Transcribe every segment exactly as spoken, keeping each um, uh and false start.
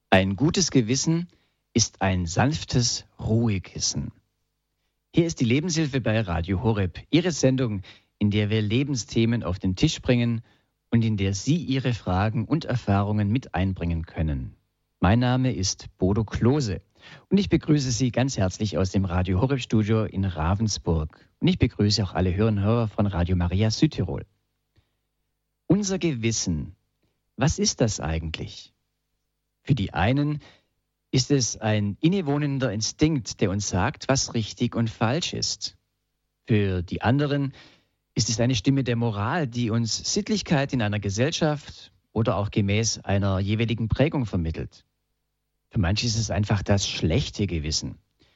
Ein gutes Gewissen ist ein sanftes Ruhekissen. Hier ist die Lebenshilfe bei Radio Horeb, Ihre Sendung, in der wir Lebensthemen auf den Tisch bringen und in der Sie Ihre Fragen und Erfahrungen mit einbringen können. Mein Name ist Bodo Klose und ich begrüße Sie ganz herzlich aus dem Radio Horeb Studio in Ravensburg. Und ich begrüße auch alle Hörerinnen und Hörer von Radio Maria Südtirol. Unser Gewissen, was ist das eigentlich? Für die einen ist es ein innewohnender Instinkt, der uns sagt, was richtig und falsch ist. Für die anderen ist es eine Stimme der Moral, die uns Sittlichkeit in einer Gesellschaft oder auch gemäß einer jeweiligen Prägung vermittelt. Für manche ist es einfach das schlechte Gewissen.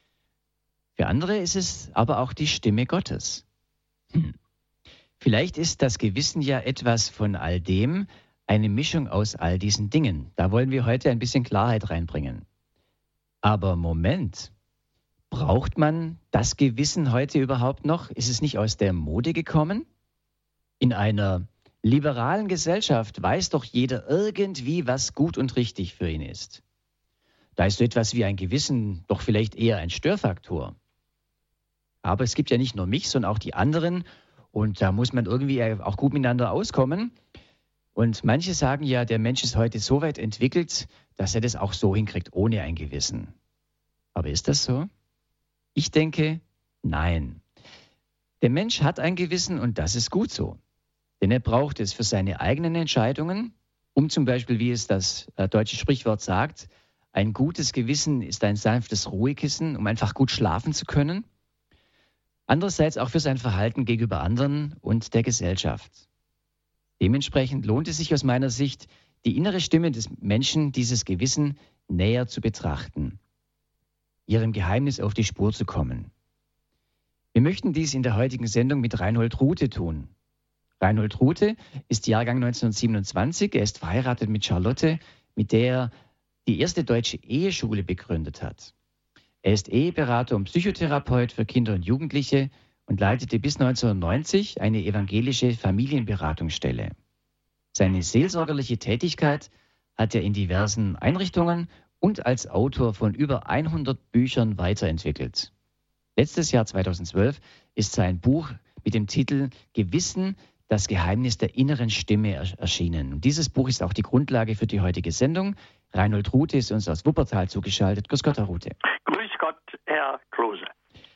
Für andere ist es aber auch die Stimme Gottes. Hm. Vielleicht ist das Gewissen ja etwas von all dem, eine Mischung aus all diesen Dingen. Da wollen wir heute ein bisschen Klarheit reinbringen. Aber Moment, braucht man das Gewissen heute überhaupt noch? Ist es nicht aus der Mode gekommen? In einer liberalen Gesellschaft weiß doch jeder irgendwie, was gut und richtig für ihn ist. Da ist so etwas wie ein Gewissen doch vielleicht eher ein Störfaktor. Aber es gibt ja nicht nur mich, sondern auch die anderen. Und da muss man irgendwie auch gut miteinander auskommen. Und manche sagen ja, der Mensch ist heute so weit entwickelt, dass er das auch so hinkriegt, ohne ein Gewissen. Aber ist das so? Ich denke, nein. Der Mensch hat ein Gewissen und das ist gut so. Denn er braucht es für seine eigenen Entscheidungen, um zum Beispiel, wie es das deutsche Sprichwort sagt, ein gutes Gewissen ist ein sanftes Ruhekissen, um einfach gut schlafen zu können. Andererseits auch für sein Verhalten gegenüber anderen und der Gesellschaft. Dementsprechend lohnt es sich aus meiner Sicht, die innere Stimme des Menschen, dieses Gewissen, näher zu betrachten, ihrem Geheimnis auf die Spur zu kommen. Wir möchten dies in der heutigen Sendung mit Reinhold Ruthe tun. Reinhold Ruthe ist Jahrgang neunzehnhundertsiebenundzwanzig, er ist verheiratet mit Charlotte, mit der er die erste deutsche Eheschule begründet hat. Er ist Eheberater und Psychotherapeut für Kinder und Jugendliche und leitete bis neunzehnhundertneunzig eine evangelische Familienberatungsstelle. Seine seelsorgerliche Tätigkeit hat er in diversen Einrichtungen und als Autor von über hundert Büchern weiterentwickelt. Letztes Jahr zweitausendzwölf ist sein Buch mit dem Titel Gewissen, das Geheimnis der inneren Stimme erschienen. Und dieses Buch ist auch die Grundlage für die heutige Sendung. Reinhold Ruthe ist uns aus Wuppertal zugeschaltet. Grüß Gott, Herr Ruthe. Grüß Gott, Herr Klose.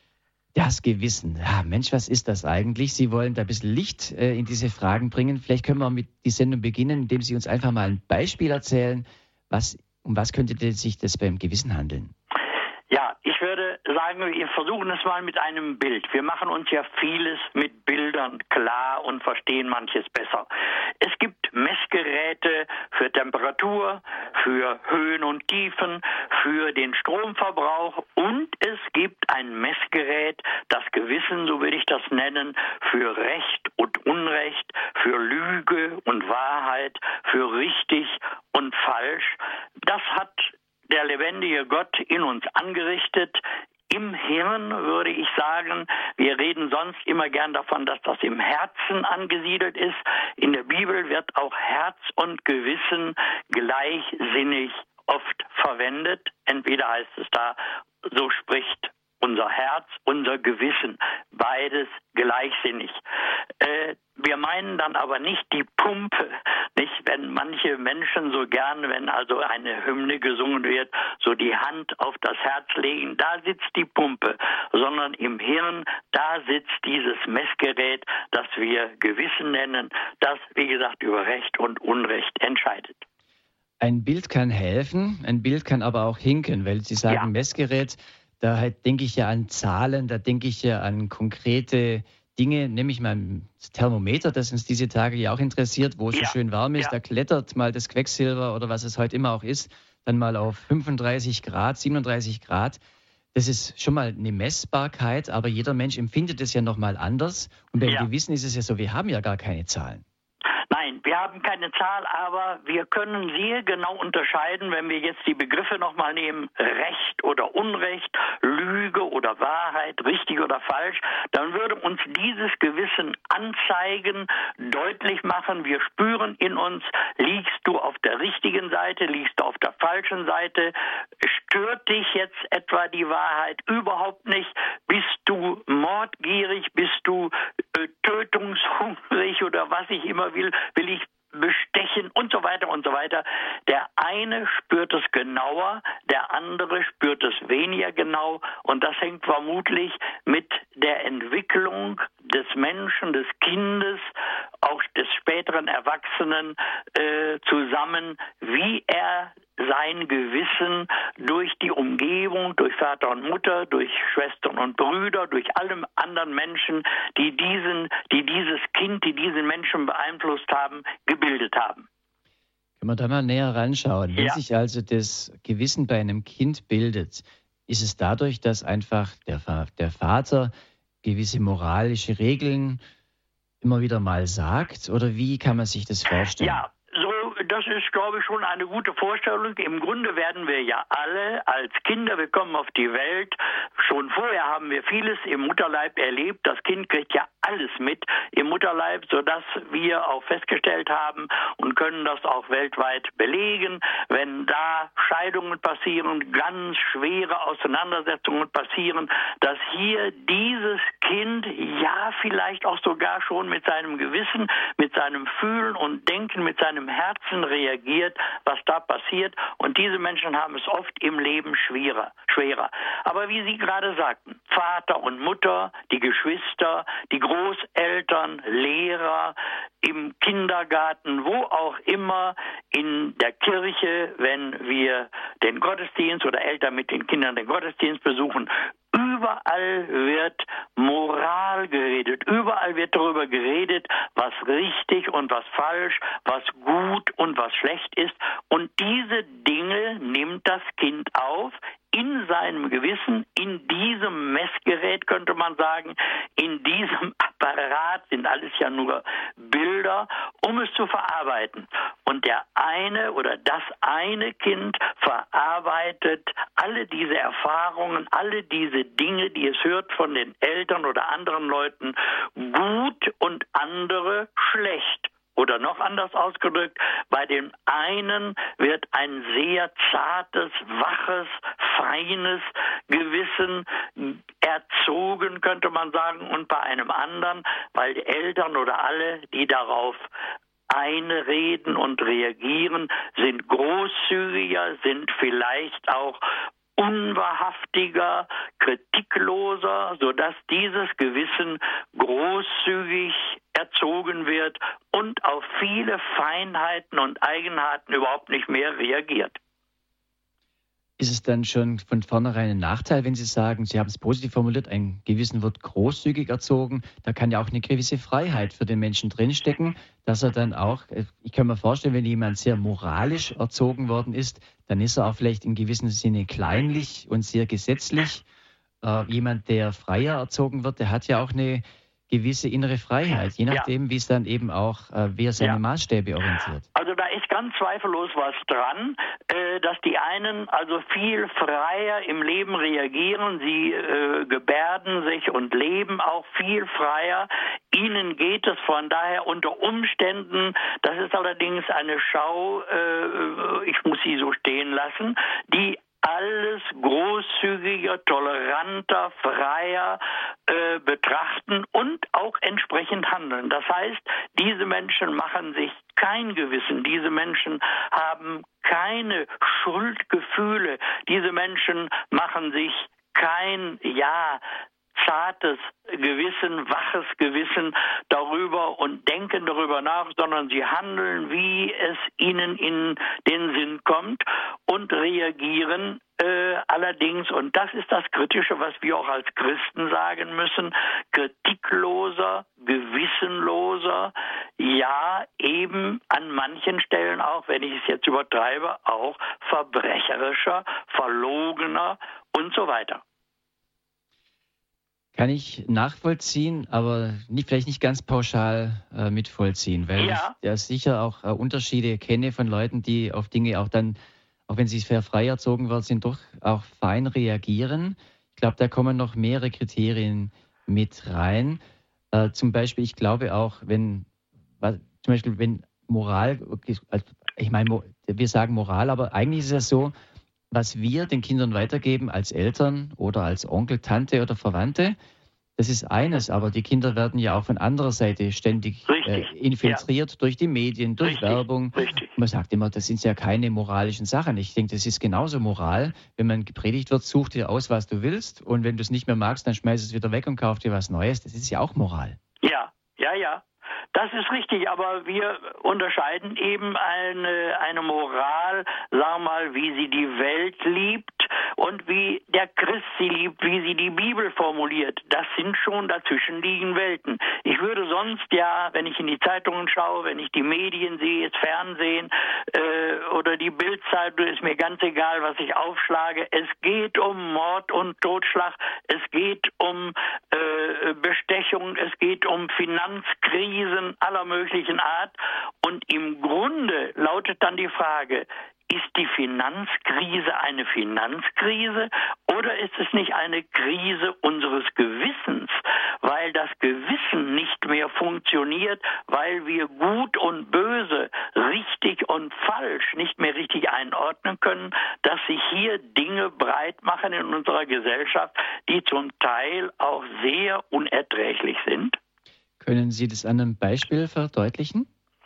Das Gewissen. Ja, Mensch, was ist das eigentlich? Sie wollen da ein bisschen Licht äh, in diese Fragen bringen. Vielleicht können wir mit die Sendung beginnen, indem Sie uns einfach mal ein Beispiel erzählen. Was, um was könnte denn sich das beim Gewissen handeln? Ja, ich würde sagen, wir versuchen es mal mit einem Bild. Wir machen uns ja vieles mit Bildern klar und verstehen manches besser. Es gibt Messgeräte für Temperatur, für Höhen und Tiefen, für den Stromverbrauch und es gibt ein Messgerät, das Gewissen, so würde ich das nennen, für Recht und Unrecht, für Lüge und Wahrheit, für richtig und falsch. Das hat der lebendige Gott in uns angerichtet. Im Hirn würde ich sagen, wir reden sonst immer gern davon, dass das im Herzen angesiedelt ist. In der Bibel wird auch Herz und Gewissen gleichsinnig oft verwendet. Entweder heißt es da, so spricht unser Herz, unser Gewissen, beides gleichsinnig. Äh, wir meinen dann aber nicht die Pumpe, nicht, wenn manche Menschen so gern, wenn also eine Hymne gesungen wird, so die Hand auf das Herz legen, da sitzt die Pumpe, sondern im Hirn, da sitzt dieses Messgerät, das wir Gewissen nennen, das, wie gesagt, über Recht und Unrecht entscheidet. Ein Bild kann helfen, ein Bild kann aber auch hinken, weil Sie sagen, ja. Messgerät, da halt denke ich ja an Zahlen, da denke ich ja an konkrete Dinge, nämlich mal das Thermometer, das uns diese Tage ja auch interessiert, wo es ja. so schön warm ist, ja. da klettert mal das Quecksilber oder was es heute immer auch ist, dann mal auf fünfunddreißig Grad, siebenunddreißig Grad. Das ist schon mal eine Messbarkeit, aber jeder Mensch empfindet es ja nochmal anders. Und beim ja. Gewissen ist es ja so, wir haben ja gar keine Zahlen. Nein, Nein, wir haben keine Zahl, aber wir können sehr genau unterscheiden, wenn wir jetzt die Begriffe nochmal nehmen, Recht oder Unrecht, Lüge oder Wahrheit, richtig oder falsch, dann würde uns dieses Gewissen anzeigen, deutlich machen, wir spüren in uns, liegst du auf der richtigen Seite, liegst du auf der falschen Seite, stört dich jetzt etwa die Wahrheit überhaupt nicht, bist du mordgierig, bist du äh, tötungshungrig oder was ich immer will, will ich bestechen und so weiter und so weiter. Der eine spürt es genauer, der andere spürt es weniger genau und das hängt vermutlich mit der Entwicklung des Menschen, des Kindes, auch des späteren Erwachsenen äh, zusammen, wie er sein Gewissen durch die Umgebung, durch Vater und Mutter, durch Schwestern und Brüder, durch alle anderen Menschen, die diesen, die dieses Kind, die diesen Menschen beeinflusst haben, gebildet haben. Können wir da mal näher reinschauen? Wenn Ja. sich also das Gewissen bei einem Kind bildet, ist es dadurch, dass einfach der, der Vater gewisse moralische Regeln immer wieder mal sagt? Oder wie kann man sich das vorstellen? Ja. Das ist, glaube ich, schon eine gute Vorstellung. Im Grunde werden wir ja alle als Kinder, wir kommen auf die Welt. Schon vorher haben wir vieles im Mutterleib erlebt. Das Kind kriegt ja alles mit im Mutterleib, sodass wir auch festgestellt haben und können das auch weltweit belegen, wenn da Scheidungen passieren, ganz schwere Auseinandersetzungen passieren, dass hier dieses Kind ja vielleicht auch sogar schon mit seinem Gewissen, mit seinem Fühlen und Denken, mit seinem Herzen reagiert, was da passiert. Und diese Menschen haben es oft im Leben schwerer. schwerer. Aber wie Sie gerade sagten, Vater und Mutter, die Geschwister, die Großeltern, Lehrer, im Kindergarten, wo auch immer, in der Kirche, wenn wir den Gottesdienst oder Eltern mit den Kindern den Gottesdienst besuchen, überall wird Moral geredet, überall wird darüber geredet, was richtig und was falsch, was gut und was schlecht ist. Und diese Dinge nimmt das Kind auf, in seinem Gewissen, in diesem Messgerät könnte man sagen, in diesem Apparat sind alles ja nur Bilder, um es zu verarbeiten. Und der eine oder das eine Kind verarbeitet alle diese Erfahrungen, alle diese Dinge, die es hört von den Eltern oder anderen Leuten, gut und andere schlecht. Oder noch anders ausgedrückt, bei dem einen wird ein sehr zartes, waches, feines Gewissen erzogen, könnte man sagen, und bei einem anderen, weil die Eltern oder alle, die darauf einreden und reagieren, sind großzügiger, sind vielleicht auch unwahrhaftiger, kritikloser, sodass dieses Gewissen großzügig erzogen wird und auf viele Feinheiten und Eigenheiten überhaupt nicht mehr reagiert. Ist es dann schon von vornherein ein Nachteil, wenn Sie sagen, Sie haben es positiv formuliert, ein Gewissen wird großzügig erzogen, da kann ja auch eine gewisse Freiheit für den Menschen drinstecken, dass er dann auch, ich kann mir vorstellen, wenn jemand sehr moralisch erzogen worden ist, dann ist er auch vielleicht in gewissem Sinne kleinlich und sehr gesetzlich. Äh, jemand, der freier erzogen wird, der hat ja auch eine gewisse innere Freiheit, je nachdem, ja. wie es dann eben auch, äh, wie er seine ja. Maßstäbe orientiert. Also da ist ganz zweifellos was dran, äh, dass die einen also viel freier im Leben reagieren, sie äh, gebärden sich und leben auch viel freier. Ihnen geht es von daher unter Umständen, das ist allerdings eine Schau, äh, ich muss sie so stehen lassen, die alles großzügiger, toleranter, freier äh, betrachten und auch entsprechend handeln. Das heißt, diese Menschen machen sich kein Gewissen, diese Menschen haben keine Schuldgefühle, diese Menschen machen sich kein, ja, zartes Gewissen, waches Gewissen darüber und denken darüber nach, sondern sie handeln, wie es ihnen in den Sinn kommt und reagieren äh, allerdings, und das ist das Kritische, was wir auch als Christen sagen müssen, kritikloser, gewissenloser, ja, eben an manchen Stellen auch, wenn ich es jetzt übertreibe, auch verbrecherischer, verlogener und so weiter. Kann ich nachvollziehen, aber nicht, vielleicht nicht ganz pauschal äh, mitvollziehen, weil Ja. ich ja sicher auch äh, Unterschiede kenne von Leuten, die auf Dinge auch dann, auch wenn sie sehr frei erzogen worden sind, doch auch fein reagieren. Ich glaube, da kommen noch mehrere Kriterien mit rein. Äh, zum Beispiel, ich glaube auch, wenn, was, zum Beispiel, wenn Moral, also ich meine, wir sagen Moral, aber eigentlich ist es so, was wir den Kindern weitergeben als Eltern oder als Onkel, Tante oder Verwandte, das ist eines, aber die Kinder werden ja auch von anderer Seite ständig äh, infiltriert, ja, durch die Medien, durch richtig, Werbung. Richtig. Man sagt immer, das sind ja keine moralischen Sachen. Ich denke, das ist genauso Moral. Wenn man gepredigt wird, such dir aus, was du willst, und wenn du es nicht mehr magst, dann schmeiß es wieder weg und kauf dir was Neues. Das ist ja auch Moral. Ja, ja, ja. Das ist richtig, aber wir unterscheiden eben eine, eine Moral, sagen wir mal, wie sie die Welt liebt und wie der Christ sie liebt, wie sie die Bibel formuliert. Das sind schon dazwischenliegende Welten. Ich würde sonst ja, wenn ich in die Zeitungen schaue, wenn ich die Medien sehe, das Fernsehen äh, oder die Bildzeitung, ist mir ganz egal, was ich aufschlage. Es geht um Mord und Totschlag, es geht um äh, Bestechung, es geht um Finanzkrisen aller möglichen Art. Und im Grunde lautet dann die Frage, ist die Finanzkrise eine Finanzkrise oder ist es nicht eine Krise unseres Gewissens, weil das Gewissen nicht mehr funktioniert, weil wir Gut und Böse, richtig und falsch nicht mehr richtig einordnen können, dass sich hier Dinge breit machen in unserer Gesellschaft, die zum Teil auch sehr unerträglich sind? Können Sie das an einem Beispiel verdeutlichen?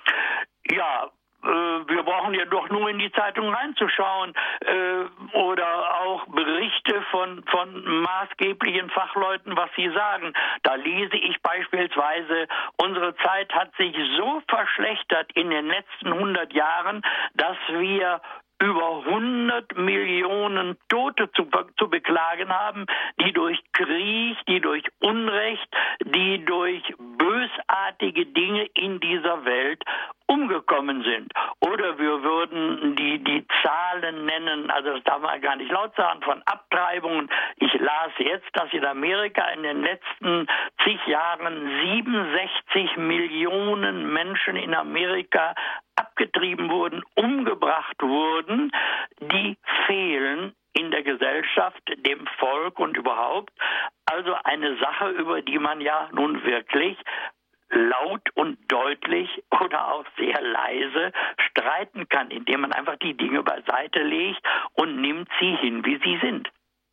Ja, wir brauchen ja doch nur in die Zeitung reinzuschauen äh, oder auch Berichte von, von maßgeblichen Fachleuten, was sie sagen. Da lese ich beispielsweise, unsere Zeit hat sich so verschlechtert in den letzten hundert Jahren, dass wir über hundert Millionen Tote zu, zu beklagen haben, die durch Krieg, die durch Unrecht, die durch bösartige Dinge in dieser Welt umgekommen sind. Oder wir würden die, die Zahlen nennen, also das darf man gar nicht laut sagen, von Abtreibungen. Ich las jetzt, dass in Amerika in den letzten zig Jahren siebenundsechzig Millionen Menschen in Amerika abgetrieben wurden, umgebracht wurden, die fehlen in der Gesellschaft, dem Volk und überhaupt. Also eine Sache, über die man ja nun wirklich laut und deutlich oder auch sehr leise streiten kann, indem man einfach die Dinge beiseite legt und nimmt sie hin, wie sie sind.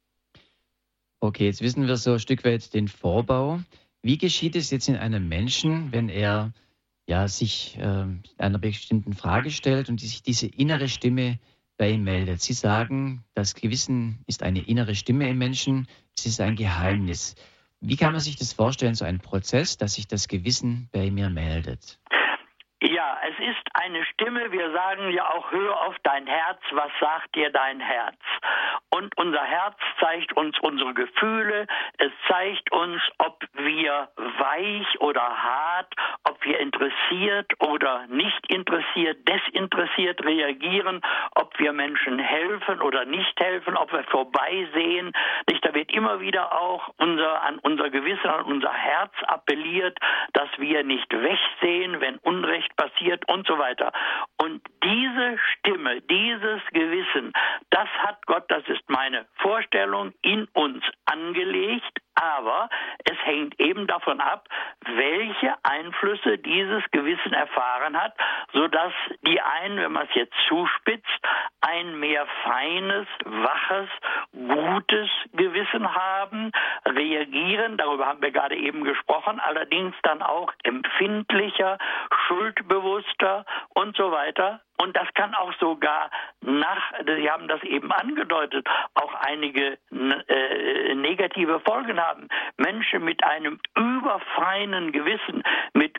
Okay, jetzt wissen wir so ein Stück weit den Vorbau. Wie geschieht es jetzt in einem Menschen, wenn er ja, sich äh, einer bestimmten Frage stellt und die sich diese innere Stimme bei ihm meldet? Sie sagen, das Gewissen ist eine innere Stimme im Menschen, es ist ein Geheimnis. Wie kann man sich das vorstellen, so ein Prozess, dass sich das Gewissen bei mir meldet? Ja, es ist eine Stimme, wir sagen ja auch, hör auf dein Herz, was sagt dir dein Herz? Und unser Herz zeigt uns unsere Gefühle, es zeigt uns, ob wir weich oder hart, ob wir interessiert oder nicht interessiert, desinteressiert reagieren, ob wir Menschen helfen oder nicht helfen, ob wir vorbeisehen. Nicht, da wird immer wieder auch unser, an unser Gewissen, an unser Herz appelliert, dass wir nicht wegsehen, wenn Unrecht passiert und so weiter. Und diese Stimme, dieses Gewissen, das hat Gott, das ist meine Vorstellung, in uns angelegt, aber es hängt eben davon ab, welche Einflüsse dieses Gewissen erfahren hat, sodass die einen, wenn man es jetzt zuspitzt, ein mehr feines, waches, gutes Gewissen haben, reagieren, darüber haben wir gerade eben gesprochen, allerdings dann auch empfindlicher, schuldbewusster und so weiter. Und das kann auch sogar nach, Sie haben das eben angedeutet, auch einige äh, negative Folgen haben. Menschen mit einem überfeinen Gewissen, mit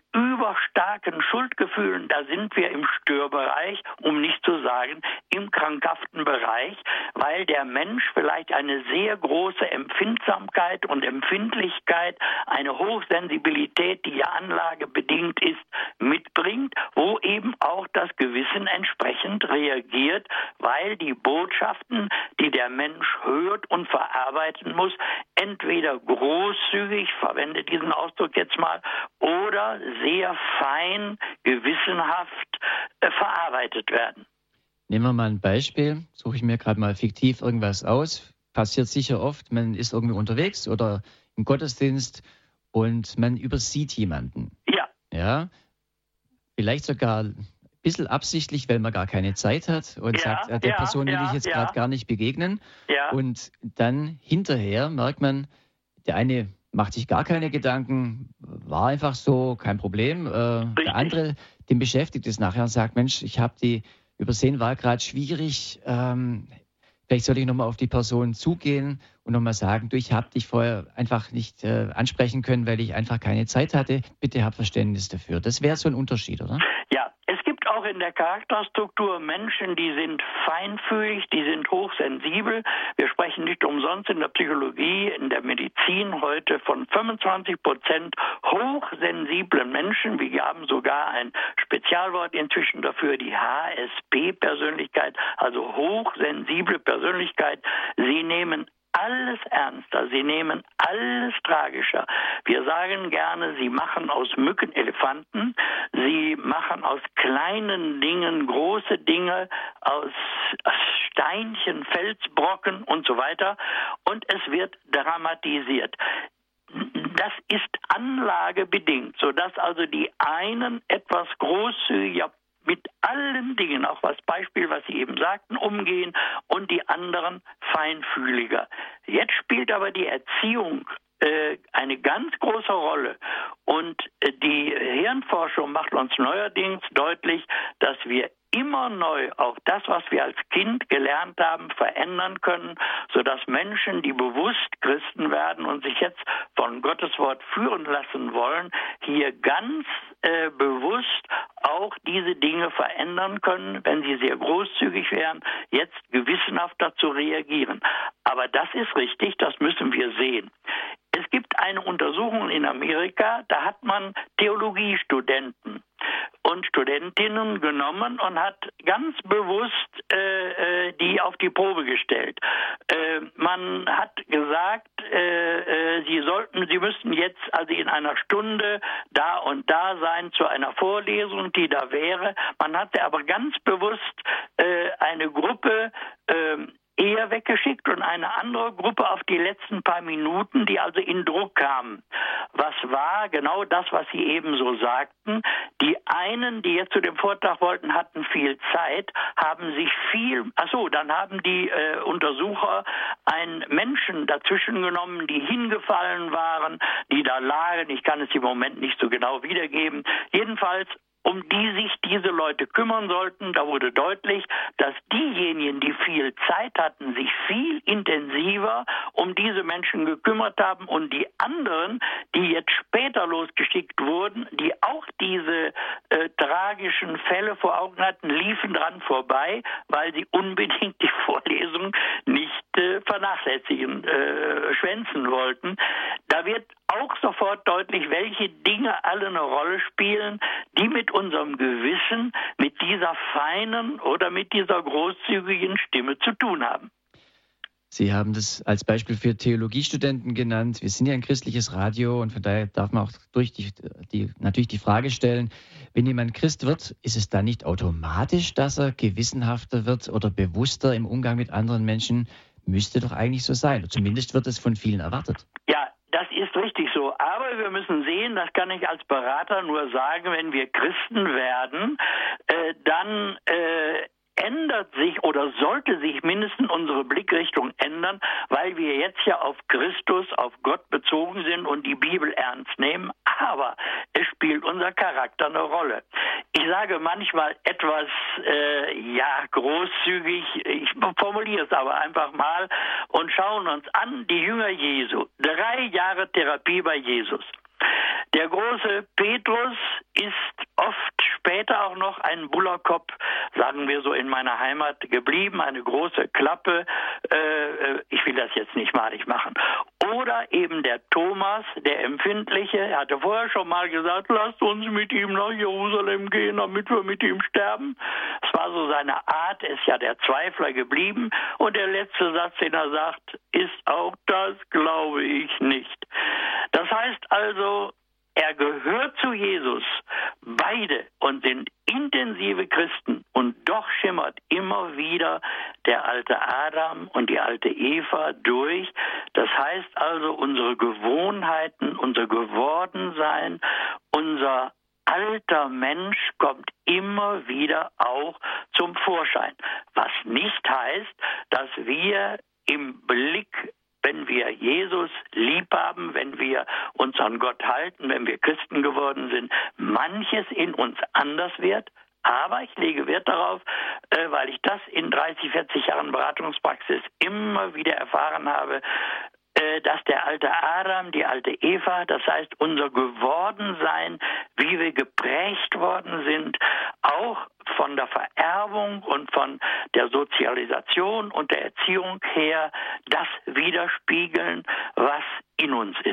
überstarken Schuldgefühlen, da sind wir im Störbereich, um nicht zu sagen im krankhaften Bereich, weil der Mensch vielleicht eine sehr große Empfindsamkeit und Empfindlichkeit, eine Hochsensibilität, die ja anlagebedingt ist, mitbringt, wo eben auch das Gewissen entsprechend reagiert, weil die Botschaften, die der Mensch hört und verarbeiten muss, entweder großzügig, ich verwende diesen Ausdruck jetzt mal, oder sehr fein, gewissenhaft äh, verarbeitet werden. Nehmen wir mal ein Beispiel. Suche ich mir gerade mal fiktiv irgendwas aus. Passiert sicher oft. Man ist irgendwie unterwegs oder im Gottesdienst und man übersieht jemanden. Ja. Ja. Vielleicht sogar ein bisschen absichtlich, weil man gar keine Zeit hat und ja, sagt, äh, der ja, Person will ja, ich jetzt ja. gerade gar nicht begegnen. Ja. Und dann hinterher merkt man, der eine macht sich gar keine Gedanken, war einfach so, kein Problem. Äh, der andere, den beschäftigt es nachher und sagt, Mensch, ich habe die übersehen, war gerade schwierig. Ähm, vielleicht sollte ich nochmal auf die Person zugehen und nochmal sagen, du, ich habe dich vorher einfach nicht äh, ansprechen können, weil ich einfach keine Zeit hatte. Bitte hab Verständnis dafür. Das wäre so ein Unterschied, oder? Ja, es gibt auch in der Charakterstruktur Menschen, die sind feinfühlig, die sind hochsensibel. Wir sprechen nicht umsonst in der Psychologie, in der Medizin heute von fünfundzwanzig Prozent hochsensiblen Menschen. Wir haben sogar ein Spezialwort inzwischen dafür, die H S P-Persönlichkeit, also hochsensible Persönlichkeit. Sie nehmen alles ernster, sie nehmen alles tragischer. Wir sagen gerne, sie machen aus Mücken Elefanten, sie machen aus kleinen Dingen große Dinge, aus Steinchen, Felsbrocken und so weiter, und es wird dramatisiert. Das ist anlagebedingt, sodass also die einen etwas großzügiger mit allen Dingen, auch was Beispiel, was Sie eben sagten, umgehen und die anderen feinfühliger. Jetzt spielt aber die Erziehung äh, eine ganz große Rolle und äh, die Hirnforschung macht uns neuerdings deutlich, dass wir immer neu auch das, was wir als Kind gelernt haben, verändern können, sodass Menschen, die bewusst Christen werden und sich jetzt von Gottes Wort führen lassen wollen, hier ganz äh, bewusst auch diese Dinge verändern können, wenn sie sehr großzügig wären, jetzt gewissenhafter zu reagieren. Aber das ist richtig, das müssen wir sehen. Es gibt eine Untersuchung in Amerika, da hat man Theologiestudenten und Studentinnen genommen und hat ganz bewusst äh, äh, die auf die Probe gestellt. Äh, man hat gesagt, äh, äh, sie sollten, sie müssten jetzt also in einer Stunde da und da sein zu einer Vorlesung, die da wäre. Man hatte aber ganz bewusst äh, eine Gruppe äh, eher weggeschickt und eine andere Gruppe auf die letzten paar Minuten, die also in Druck kamen. Was war genau das, was Sie eben so sagten? Die einen, die jetzt zu dem Vortrag wollten, hatten viel Zeit, haben sich viel, ach so, dann haben die äh, Untersucher einen Menschen dazwischen genommen, die hingefallen waren, die da lagen. Ich kann es im Moment nicht so genau wiedergeben. Jedenfalls um die sich diese Leute kümmern sollten. Da wurde deutlich, dass diejenigen, die viel Zeit hatten, sich viel intensiver um diese Menschen gekümmert haben und die anderen, die jetzt später losgeschickt wurden, die auch diese äh, tragischen Fälle vor Augen hatten, liefen dran vorbei, weil sie unbedingt die Vorlesung nicht äh, vernachlässigen, äh, schwänzen wollten. Da wird auch sofort deutlich, welche Dinge alle eine Rolle spielen, die mit unserem Gewissen, mit dieser feinen oder mit dieser großzügigen Stimme zu tun haben. Sie haben das als Beispiel für Theologiestudenten genannt. Wir sind ja ein christliches Radio und von daher darf man auch durch die, die, natürlich die Frage stellen, wenn jemand Christ wird, ist es dann nicht automatisch, dass er gewissenhafter wird oder bewusster im Umgang mit anderen Menschen? Müsste doch eigentlich so sein. Zumindest wird es von vielen erwartet. Ja, das ist richtig so. Aber wir müssen sehen, das kann ich als Berater nur sagen, wenn wir Christen werden, äh, dann äh, ändert sich oder sollte sich mindestens unsere Blickrichtung ändern, weil wir jetzt ja auf Christus, auf Gott bezogen sind und die Bibel ernst nehmen. Aber es spielt unser Charakter eine Rolle. Ich sage manchmal etwas, äh, ja, großzügig, ich formuliere es aber einfach mal und schauen uns an, die Jünger Jesu, drei Jahre Therapie bei Jesus. Der große Petrus ist oft später auch noch ein Bullerkopf, sagen wir so, in meiner Heimat geblieben, eine große Klappe. Äh, ich will das jetzt nicht malig machen. Oder eben der Thomas, der Empfindliche. Er hatte vorher schon mal gesagt, lasst uns mit ihm nach Jerusalem gehen, damit wir mit ihm sterben. Es war so seine Art, ist ja der Zweifler geblieben. Und der letzte Satz, den er sagt, ist auch das glaube ich nicht. Das heißt also, er gehört zu Jesus, beide, und sind intensive Christen. Und doch schimmert immer wieder der alte Adam und die alte Eva durch. Das heißt also, unsere Gewohnheiten, unser Gewordensein, unser alter Mensch kommt immer wieder auch zum Vorschein. Was nicht heißt, dass wir im Blick, wenn wir Jesus lieb haben, wenn wir uns an Gott halten, wenn wir Christen geworden sind, manches in uns anders wird. Aber ich lege Wert darauf, äh, weil ich das in dreißig, vierzig Jahren Beratungspraxis immer wieder erfahren habe, äh, dass der alte Adam, die alte Eva, das heißt unser Gewordensein, wie wir geprägt worden sind, auch von der Vererbung und von der Sozialisation und der Erziehung her das widerspiegeln, was in uns ist.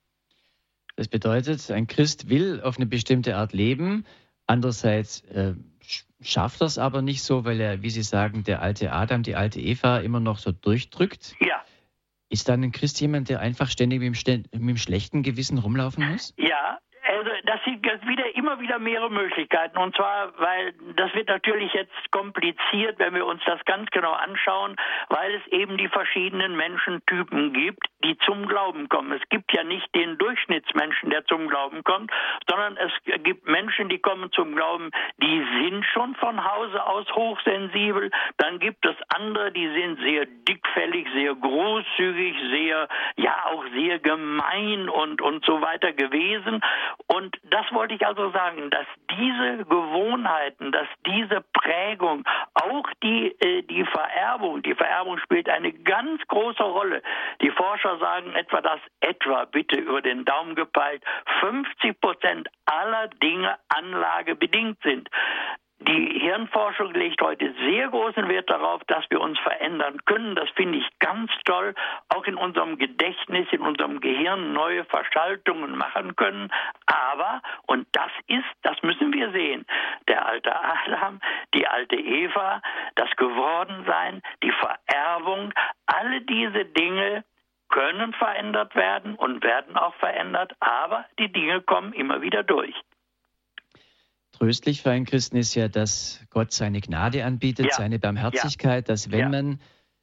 Das bedeutet, ein Christ will auf eine bestimmte Art leben, andererseits äh, schafft er es aber nicht so, weil er, wie Sie sagen, der alte Adam, die alte Eva immer noch so durchdrückt. Ja. Ist dann ein Christ jemand, der einfach ständig mit dem, mit dem schlechten Gewissen rumlaufen muss? Ja. Also das sind wieder immer wieder mehrere Möglichkeiten. Und zwar, weil das wird natürlich jetzt kompliziert, wenn wir uns das ganz genau anschauen, weil es eben die verschiedenen Menschentypen gibt, die zum Glauben kommen. Es gibt ja nicht den Durchschnittsmenschen, der zum Glauben kommt, sondern es gibt Menschen, die kommen zum Glauben, die sind schon von Hause aus hochsensibel. Dann gibt es andere, die sind sehr dickfällig, sehr großzügig, sehr, ja auch sehr gemein und, und so weiter gewesen. Und das wollte ich also sagen, dass diese Gewohnheiten, dass diese Prägung, auch die, äh, die Vererbung, die Vererbung spielt eine ganz große Rolle. Die Forscher sagen etwa, dass etwa, bitte über den Daumen gepeilt, fünfzig Prozent aller Dinge anlagebedingt sind. Die Hirnforschung legt heute sehr großen Wert darauf, dass wir uns verändern können. Das finde ich ganz toll. Auch in unserem Gedächtnis, in unserem Gehirn neue Verschaltungen machen können. Aber, und das ist, das müssen wir sehen, der alte Adam, die alte Eva, das Gewordensein, die Vererbung, alle diese Dinge können verändert werden und werden auch verändert. Aber die Dinge kommen immer wieder durch. Tröstlich für einen Christen ist ja, dass Gott seine Gnade anbietet, ja. seine Barmherzigkeit, ja. dass wenn ja. man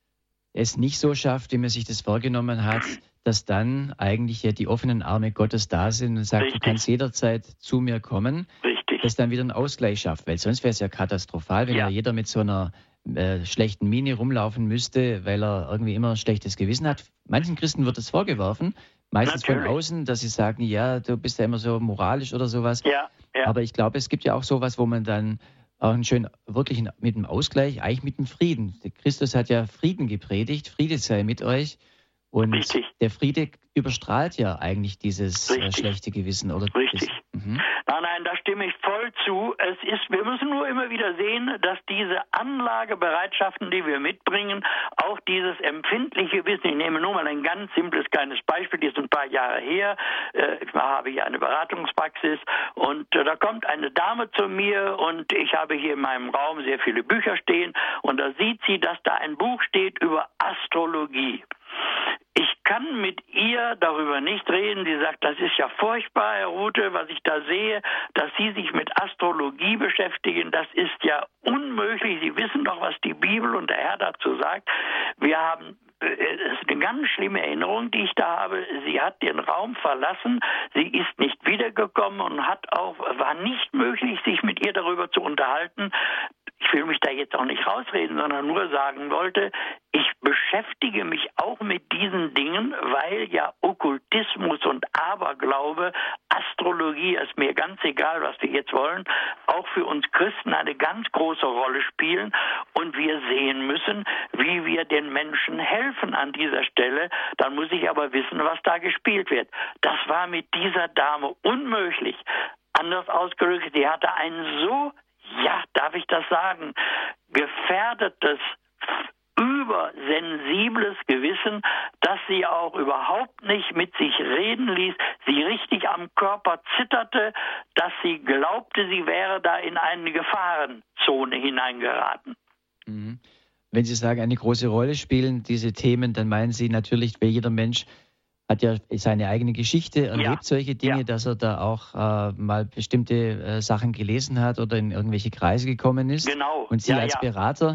es nicht so schafft, wie man sich das vorgenommen hat, dass dann eigentlich ja die offenen Arme Gottes da sind und sagt, Richtig. Du kannst jederzeit zu mir kommen, Richtig. dass dann wieder einen Ausgleich schafft, weil sonst wäre es ja katastrophal, wenn ja, ja jeder mit so einer äh, schlechten Miene rumlaufen müsste, weil er irgendwie immer ein schlechtes Gewissen hat. Manchen Christen wird es vorgeworfen, meistens Natürlich. von außen, dass sie sagen, ja, du bist ja immer so moralisch oder sowas. Ja. Ja. Aber ich glaube, es gibt ja auch sowas, wo man dann auch einen schönen, wirklich mit dem Ausgleich, eigentlich mit dem Frieden. Christus hat ja Frieden gepredigt, Friede sei mit euch. Und Richtig. der Friede überstrahlt ja eigentlich dieses äh, schlechte Gewissen. Oder Richtig. Das, mhm. Nein, nein, da stimme ich voll zu. Es ist, wir müssen nur immer wieder sehen, dass diese Anlagebereitschaften, die wir mitbringen, auch dieses empfindliche Wissen, ich nehme nur mal ein ganz simples kleines Beispiel, das ist ein paar Jahre her, äh, ich habe hier eine Beratungspraxis und äh, da kommt eine Dame zu mir und ich habe hier in meinem Raum sehr viele Bücher stehen und da sieht sie, dass da ein Buch steht über Astrologie. Ich kann mit ihr darüber nicht reden. Sie sagt, das ist ja furchtbar, Herr Ruthe, was ich da sehe, dass Sie sich mit Astrologie beschäftigen. Das ist ja unmöglich. Sie wissen doch, was die Bibel und der Herr dazu sagt. Wir haben, es ist eine ganz schlimme Erinnerung, die ich da habe. Sie hat den Raum verlassen. Sie ist nicht wiedergekommen und hat auch, war nicht möglich, sich mit ihr darüber zu unterhalten. Ich will mich da jetzt auch nicht rausreden, sondern nur sagen wollte, ich beschäftige mich auch mit diesen Dingen, weil ja Okkultismus und Aberglaube, Astrologie, ist mir ganz egal, was wir jetzt wollen, auch für uns Christen eine ganz große Rolle spielen und wir sehen müssen, wie wir wir den Menschen helfen an dieser Stelle, dann muss ich aber wissen, was da gespielt wird. Das war mit dieser Dame unmöglich. Anders ausgedrückt, sie hatte ein so, ja, darf ich das sagen, gefährdetes, übersensibles Gewissen, dass sie auch überhaupt nicht mit sich reden ließ, sie richtig am Körper zitterte, dass sie glaubte, sie wäre da in eine Gefahrenzone hineingeraten. Mhm. Wenn Sie sagen, eine große Rolle spielen diese Themen, dann meinen Sie natürlich, weil jeder Mensch hat ja seine eigene Geschichte, erlebt ja. solche Dinge, ja. dass er da auch äh, mal bestimmte äh, Sachen gelesen hat oder in irgendwelche Kreise gekommen ist. Genau. Und Sie ja, als ja. Berater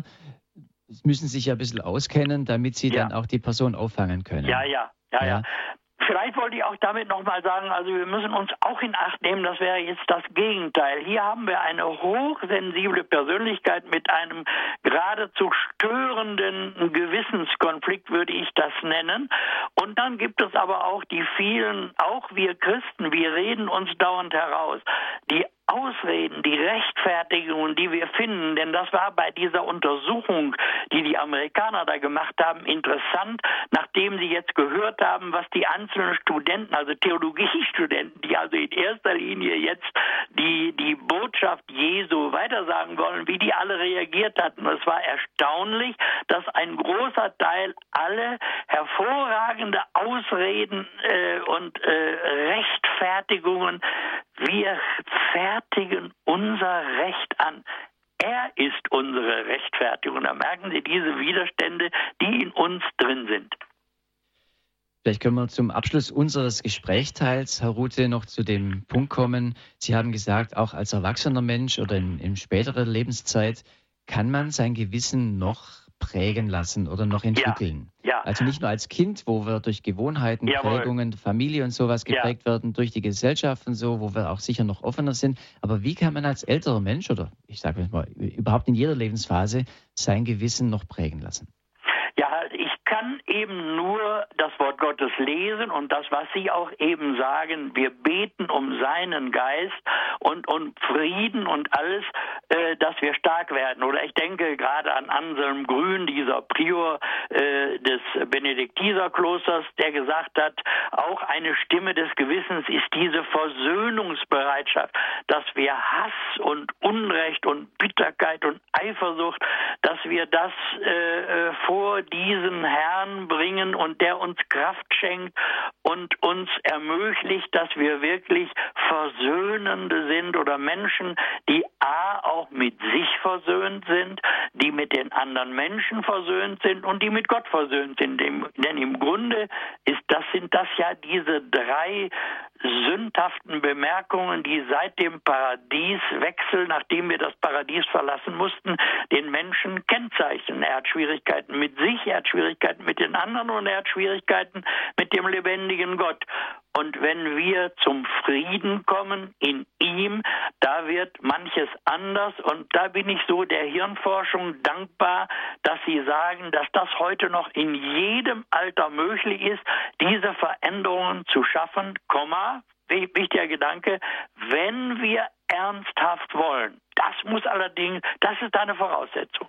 müssen sich ja ein bisschen auskennen, damit Sie ja. dann auch die Person auffangen können. Ja, ja, ja, ja. ja. Vielleicht wollte ich auch damit nochmal sagen, also wir müssen uns auch in Acht nehmen, das wäre jetzt das Gegenteil. Hier haben wir eine hochsensible Persönlichkeit mit einem geradezu störenden Gewissenskonflikt, würde ich das nennen. Und dann gibt es aber auch die vielen, auch wir Christen, wir reden uns dauernd heraus. Die Ausreden, die Rechtfertigungen, die wir finden, denn das war bei dieser Untersuchung, die die Amerikaner da gemacht haben, interessant, nachdem sie jetzt gehört haben, was die einzelnen Studenten, also Theologiestudenten, die also in erster Linie jetzt die, die Botschaft Jesu weitersagen wollen, wie die alle reagiert hatten. Es war erstaunlich, dass ein großer Teil alle hervorragende Ausreden äh, und äh, Rechtfertigungen, wir fertigen unser Recht an. Er ist unsere Rechtfertigung. Da merken Sie diese Widerstände, die in uns drin sind. Vielleicht können wir zum Abschluss unseres Gesprächsteils, Herr Ruthe, noch zu dem Punkt kommen. Sie haben gesagt, auch als erwachsener Mensch oder in, in späterer Lebenszeit kann man sein Gewissen noch prägen lassen oder noch entwickeln. Ja, ja. Also nicht nur als Kind, wo wir durch Gewohnheiten, Jawohl. Prägungen, Familie und sowas geprägt ja. werden, durch die Gesellschaft und so, wo wir auch sicher noch offener sind. Aber wie kann man als älterer Mensch oder ich sage mal überhaupt in jeder Lebensphase sein Gewissen noch prägen lassen? Ja, ich kann eben nur das Wort Gottes lesen und das, was Sie auch eben sagen, wir beten um seinen Geist und um Frieden und alles, äh, dass wir stark werden. Oder ich denke gerade an Anselm Grün, dieser Prior äh, des Benediktinerklosters, der gesagt hat, auch eine Stimme des Gewissens ist diese Versöhnungsbereitschaft, dass wir Hass und Unrecht und Bitterkeit und Eifersucht, dass wir das äh, vor diesen Herrn bringen und der uns Kraft schenkt und uns ermöglicht, dass wir wirklich Versöhnende sind oder Menschen, die A, auch mit sich versöhnt sind, die mit den anderen Menschen versöhnt sind und die mit Gott versöhnt sind. Denn im Grunde ist das, sind das ja diese drei sündhaften Bemerkungen, die seit dem Paradieswechsel, nachdem wir das Paradies verlassen mussten, den Menschen kennzeichnen. Er hat Schwierigkeiten mit sich, er hat Schwierigkeiten mit den anderen und er hat Schwierigkeiten mit dem lebendigen Gott. Und wenn wir zum Frieden kommen in ihm, da wird manches anders. Und da bin ich so der Hirnforschung dankbar, dass sie sagen, dass das heute noch in jedem Alter möglich ist, diese Veränderungen zu schaffen, Komma, wichtiger Gedanke, wenn wir ernsthaft wollen. Das muss allerdings, das ist eine Voraussetzung.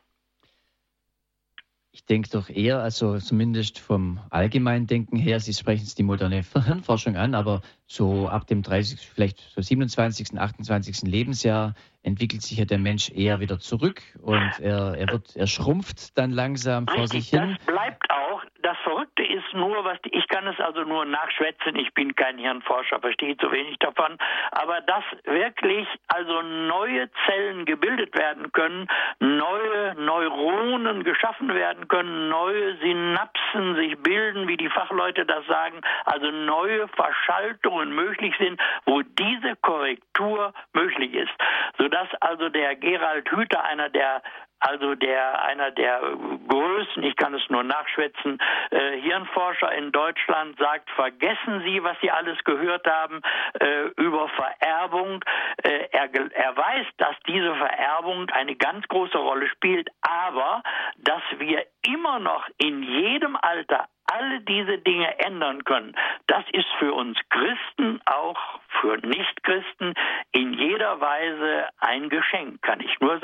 Ich denke doch eher, also zumindest vom Allgemeindenken her, Sie sprechen es die moderne Hirnforschung an, aber so ab dem dreißigsten, vielleicht so siebenundzwanzigsten, achtundzwanzigsten Lebensjahr entwickelt sich ja der Mensch eher wieder zurück und er, er wird, er schrumpft dann langsam vor Richtig, sich hin. Das bleibt auch. Das Verrückte ist nur, was die, ich kann es also nur nachschwätzen, ich bin kein Hirnforscher, verstehe zu wenig davon, aber dass wirklich also neue Zellen gebildet werden können, neue Neuronen geschaffen werden können, neue Synapsen sich bilden, wie die Fachleute das sagen, also neue Verschaltungen möglich sind, wo diese Korrektur möglich ist, sodass also der Gerald Hüther, einer der Also der einer der größten, ich kann es nur nachschwätzen, äh, Hirnforscher in Deutschland sagt, vergessen Sie, was Sie alles gehört haben äh, über Vererbung. Äh, er, er weiß, dass diese Vererbung eine ganz große Rolle spielt, aber dass wir immer noch in jedem Alter alle diese Dinge ändern können. Das ist für uns Christen, auch für Nichtchristen, in jeder Weise ein Geschenk, kann ich nur sagen.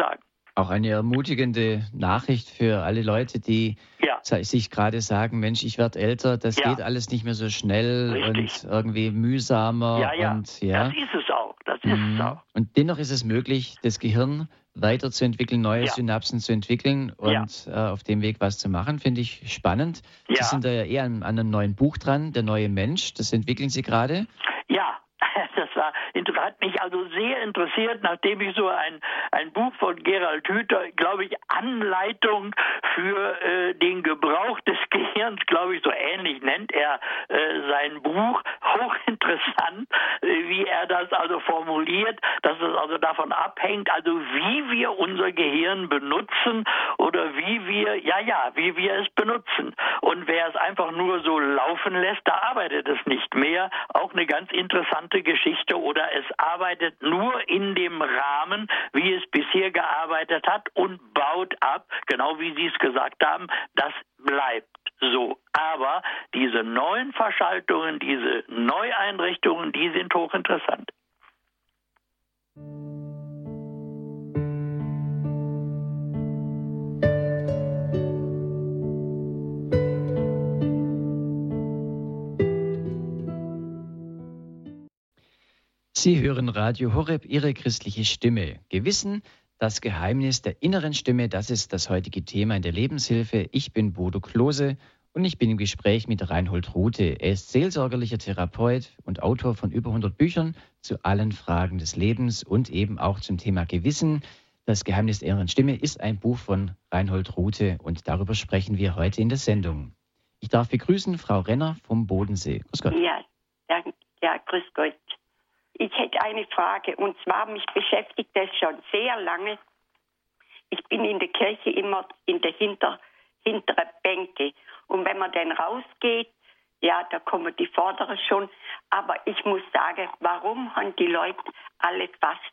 Auch eine ermutigende Nachricht für alle Leute, die ja. sich gerade sagen, Mensch, ich werde älter, das ja. geht alles nicht mehr so schnell Richtig. und irgendwie mühsamer. Ja, ja, und, ja. das ist es auch. Das ist mhm. es auch. Und dennoch ist es möglich, das Gehirn weiterzuentwickeln, neue ja. Synapsen zu entwickeln und ja. äh, auf dem Weg was zu machen, finde ich spannend. Ja. Sie sind da ja eher an, an einem neuen Buch dran, Der neue Mensch, das entwickeln Sie gerade. Ja. Das war, hat mich also sehr interessiert, nachdem ich so ein, ein Buch von Gerald Hüther, glaube ich, Anleitung für äh, den Gebrauch des Gehirns, glaube ich, so ähnlich nennt er äh, sein Buch. Hochinteressant, äh, wie er das also formuliert, dass es also davon abhängt, also wie wir unser Gehirn benutzen oder wie wir, ja, ja, wie wir es benutzen. Und wer es einfach nur so laufen lässt, da arbeitet es nicht mehr. Auch eine ganz interessante Geschichte, oder es arbeitet nur in dem Rahmen, wie es bisher gearbeitet hat und baut ab, genau wie Sie es gesagt haben, das bleibt so. Aber diese neuen Verschaltungen, diese Neueinrichtungen, die sind hochinteressant. Sie hören Radio Horeb, Ihre christliche Stimme. Gewissen, das Geheimnis der inneren Stimme, das ist das heutige Thema in der Lebenshilfe. Ich bin Bodo Klose und ich bin im Gespräch mit Reinhold Ruthe. Er ist seelsorgerlicher Therapeut und Autor von über hundert Büchern zu allen Fragen des Lebens und eben auch zum Thema Gewissen. Das Geheimnis der inneren Stimme ist ein Buch von Reinhold Ruthe und darüber sprechen wir heute in der Sendung. Ich darf begrüßen Frau Renner vom Bodensee. Grüß Gott. Ja, danke. Ja, grüß Gott. Ich hätte eine Frage, und zwar, mich beschäftigt das schon sehr lange. Ich bin in der Kirche immer in der hinter, hinteren Bänke. Und wenn man dann rausgeht, ja, da kommen die Vorderen schon. Aber ich muss sagen, warum haben die Leute alle fast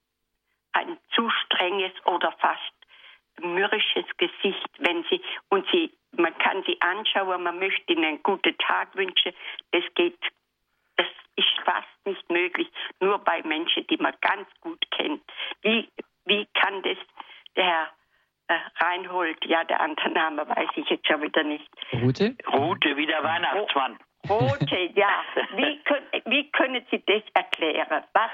ein zu strenges oder fast mürrisches Gesicht, wenn sie, und sie, man kann sie anschauen, man möchte ihnen einen guten Tag wünschen, das geht, das ist fast nicht möglich, nur bei Menschen, die man ganz gut kennt. Wie, wie kann das der Herr äh, Reinhold, ja, der andere Name weiß ich jetzt schon wieder nicht. Ruthe? Ruthe, wie der Weihnachtsmann. Ruthe, ja. Wie, können, wie können Sie das erklären? Was?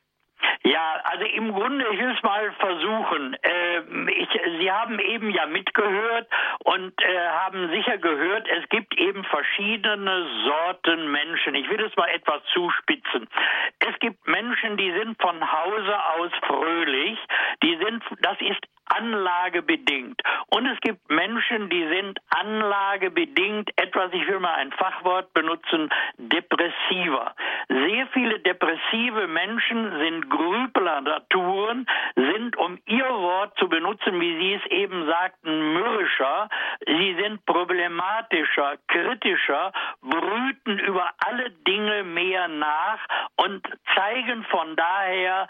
Ja, also im Grunde, ich will es mal versuchen. Ähm, ich, Sie haben eben ja mitgehört und äh, haben sicher gehört, es gibt eben verschiedene Sorten Menschen. Ich will es mal etwas zuspitzen. Es gibt Menschen, die sind von Hause aus fröhlich. Die sind, das ist anlagebedingt. Und es gibt Menschen, die sind anlagebedingt etwas, ich will mal ein Fachwort benutzen, depressiver. Sehr viele depressive Menschen sind Grübler-Naturen, sind, um ihr Wort zu benutzen, wie Sie es eben sagten, mürrischer. Sie sind problematischer, kritischer, brüten über alle Dinge mehr nach und zeigen von daher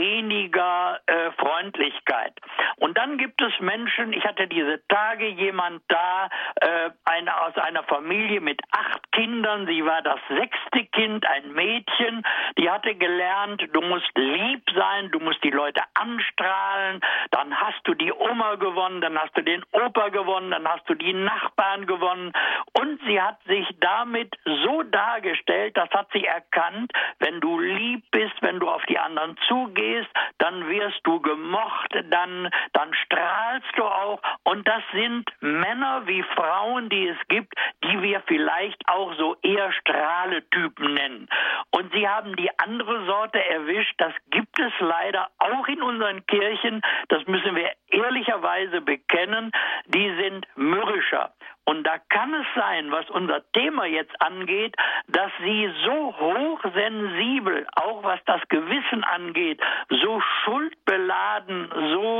weniger äh, Freundlichkeit. Und dann gibt es Menschen, ich hatte diese Tage jemand da, äh, eine, aus einer Familie mit acht Kindern, sie war das sechste Kind, ein Mädchen, die hatte gelernt, du musst lieb sein, du musst die Leute anstrahlen, dann hast du die Oma gewonnen, dann hast du den Opa gewonnen, dann hast du die Nachbarn gewonnen und sie hat sich damit so dargestellt, das hat sie erkannt, wenn du lieb bist, wenn du auf die anderen zugehst, dann wirst du gemocht, dann dann strahlst du auch. Und das sind Männer wie Frauen, die es gibt, die wir vielleicht auch so eher Strahletypen nennen. Und sie haben die andere Sorte erwischt. Das gibt es leider auch in unseren Kirchen. Das müssen wir ehrlicherweise bekennen. Die sind mürrischer. Und da kann es sein, was unser Thema jetzt angeht, dass sie so hochsensibel, auch was das Gewissen angeht, so schuldbeladen, so,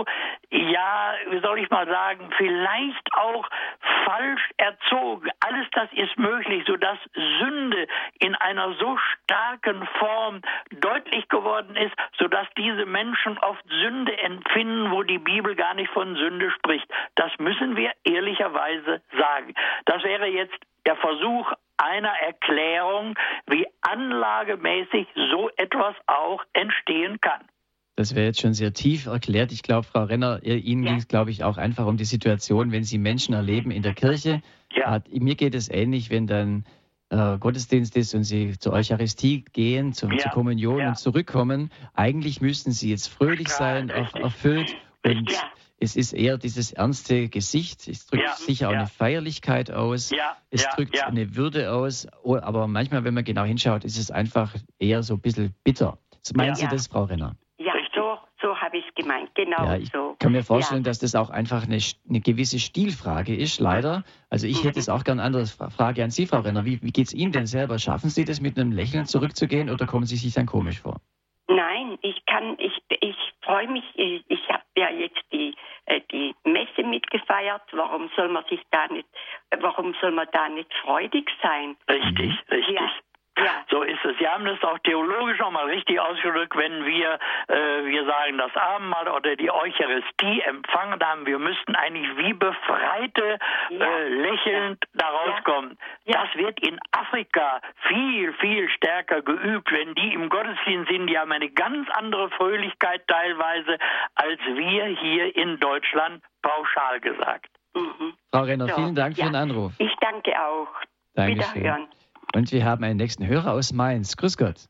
ja, wie soll ich mal sagen, vielleicht auch falsch erzogen. Alles das ist möglich, sodass Sünde in einer so starken Form deutlich geworden ist, sodass diese Menschen oft Sünde empfinden, wo die Bibel gar nicht von Sünde spricht. Das müssen wir ehrlicherweise sagen. Das wäre jetzt der Versuch einer Erklärung, wie anlagemäßig so etwas auch entstehen kann. Das wäre jetzt schon sehr tief erklärt. Ich glaube, Frau Renner, Ihnen ja. ging es, glaube ich, auch einfach um die Situation, wenn Sie Menschen erleben in der Kirche. Ja. Hat, mir geht es ähnlich, wenn dann äh, Gottesdienst ist und Sie zur Eucharistie gehen, zum, ja. zur Kommunion ja. und zurückkommen. Eigentlich müssten Sie jetzt fröhlich sein, auch erfüllt. Und ja. es ist eher dieses ernste Gesicht. Es drückt ja. sicher auch ja. eine Feierlichkeit aus. Ja. Es ja. drückt ja. eine Würde aus. Aber manchmal, wenn man genau hinschaut, ist es einfach eher so ein bisschen bitter. Meinen ja. Sie das, Frau Renner? Ja, so, so habe ich es gemeint. Genau ja, ich so. Ich kann mir vorstellen, ja. dass das auch einfach eine, eine gewisse Stilfrage ist, leider. Also ich hätte es auch gerne eine andere Frage an Sie, Frau Renner. Wie, wie geht es Ihnen denn selber? Schaffen Sie das, mit einem Lächeln zurückzugehen oder kommen Sie sich dann komisch vor? Nein, ich kann, ich, ich freue mich, ich, ich habe ja jetzt die, äh, die Messe mitgefeiert. Warum soll man sich da nicht, warum soll man da nicht freudig sein? Richtig, richtig. Ja. Ja. So ist es. Sie haben das auch theologisch nochmal richtig ausgedrückt, wenn wir, äh, wir sagen, das Abendmahl oder die Eucharistie empfangen haben, wir müssten eigentlich wie Befreite ja. äh, lächelnd ja. da rauskommen. Ja. Das wird in Afrika viel, viel stärker geübt. Wenn die im Gottesdienst sind, die haben eine ganz andere Fröhlichkeit teilweise, als wir hier in Deutschland, pauschal gesagt. Mhm. Frau Renner, so. vielen Dank für ja. den Anruf. Ich danke auch. Dankeschön. Wiederhören. Und wir haben einen nächsten Hörer aus Mainz. Grüß Gott.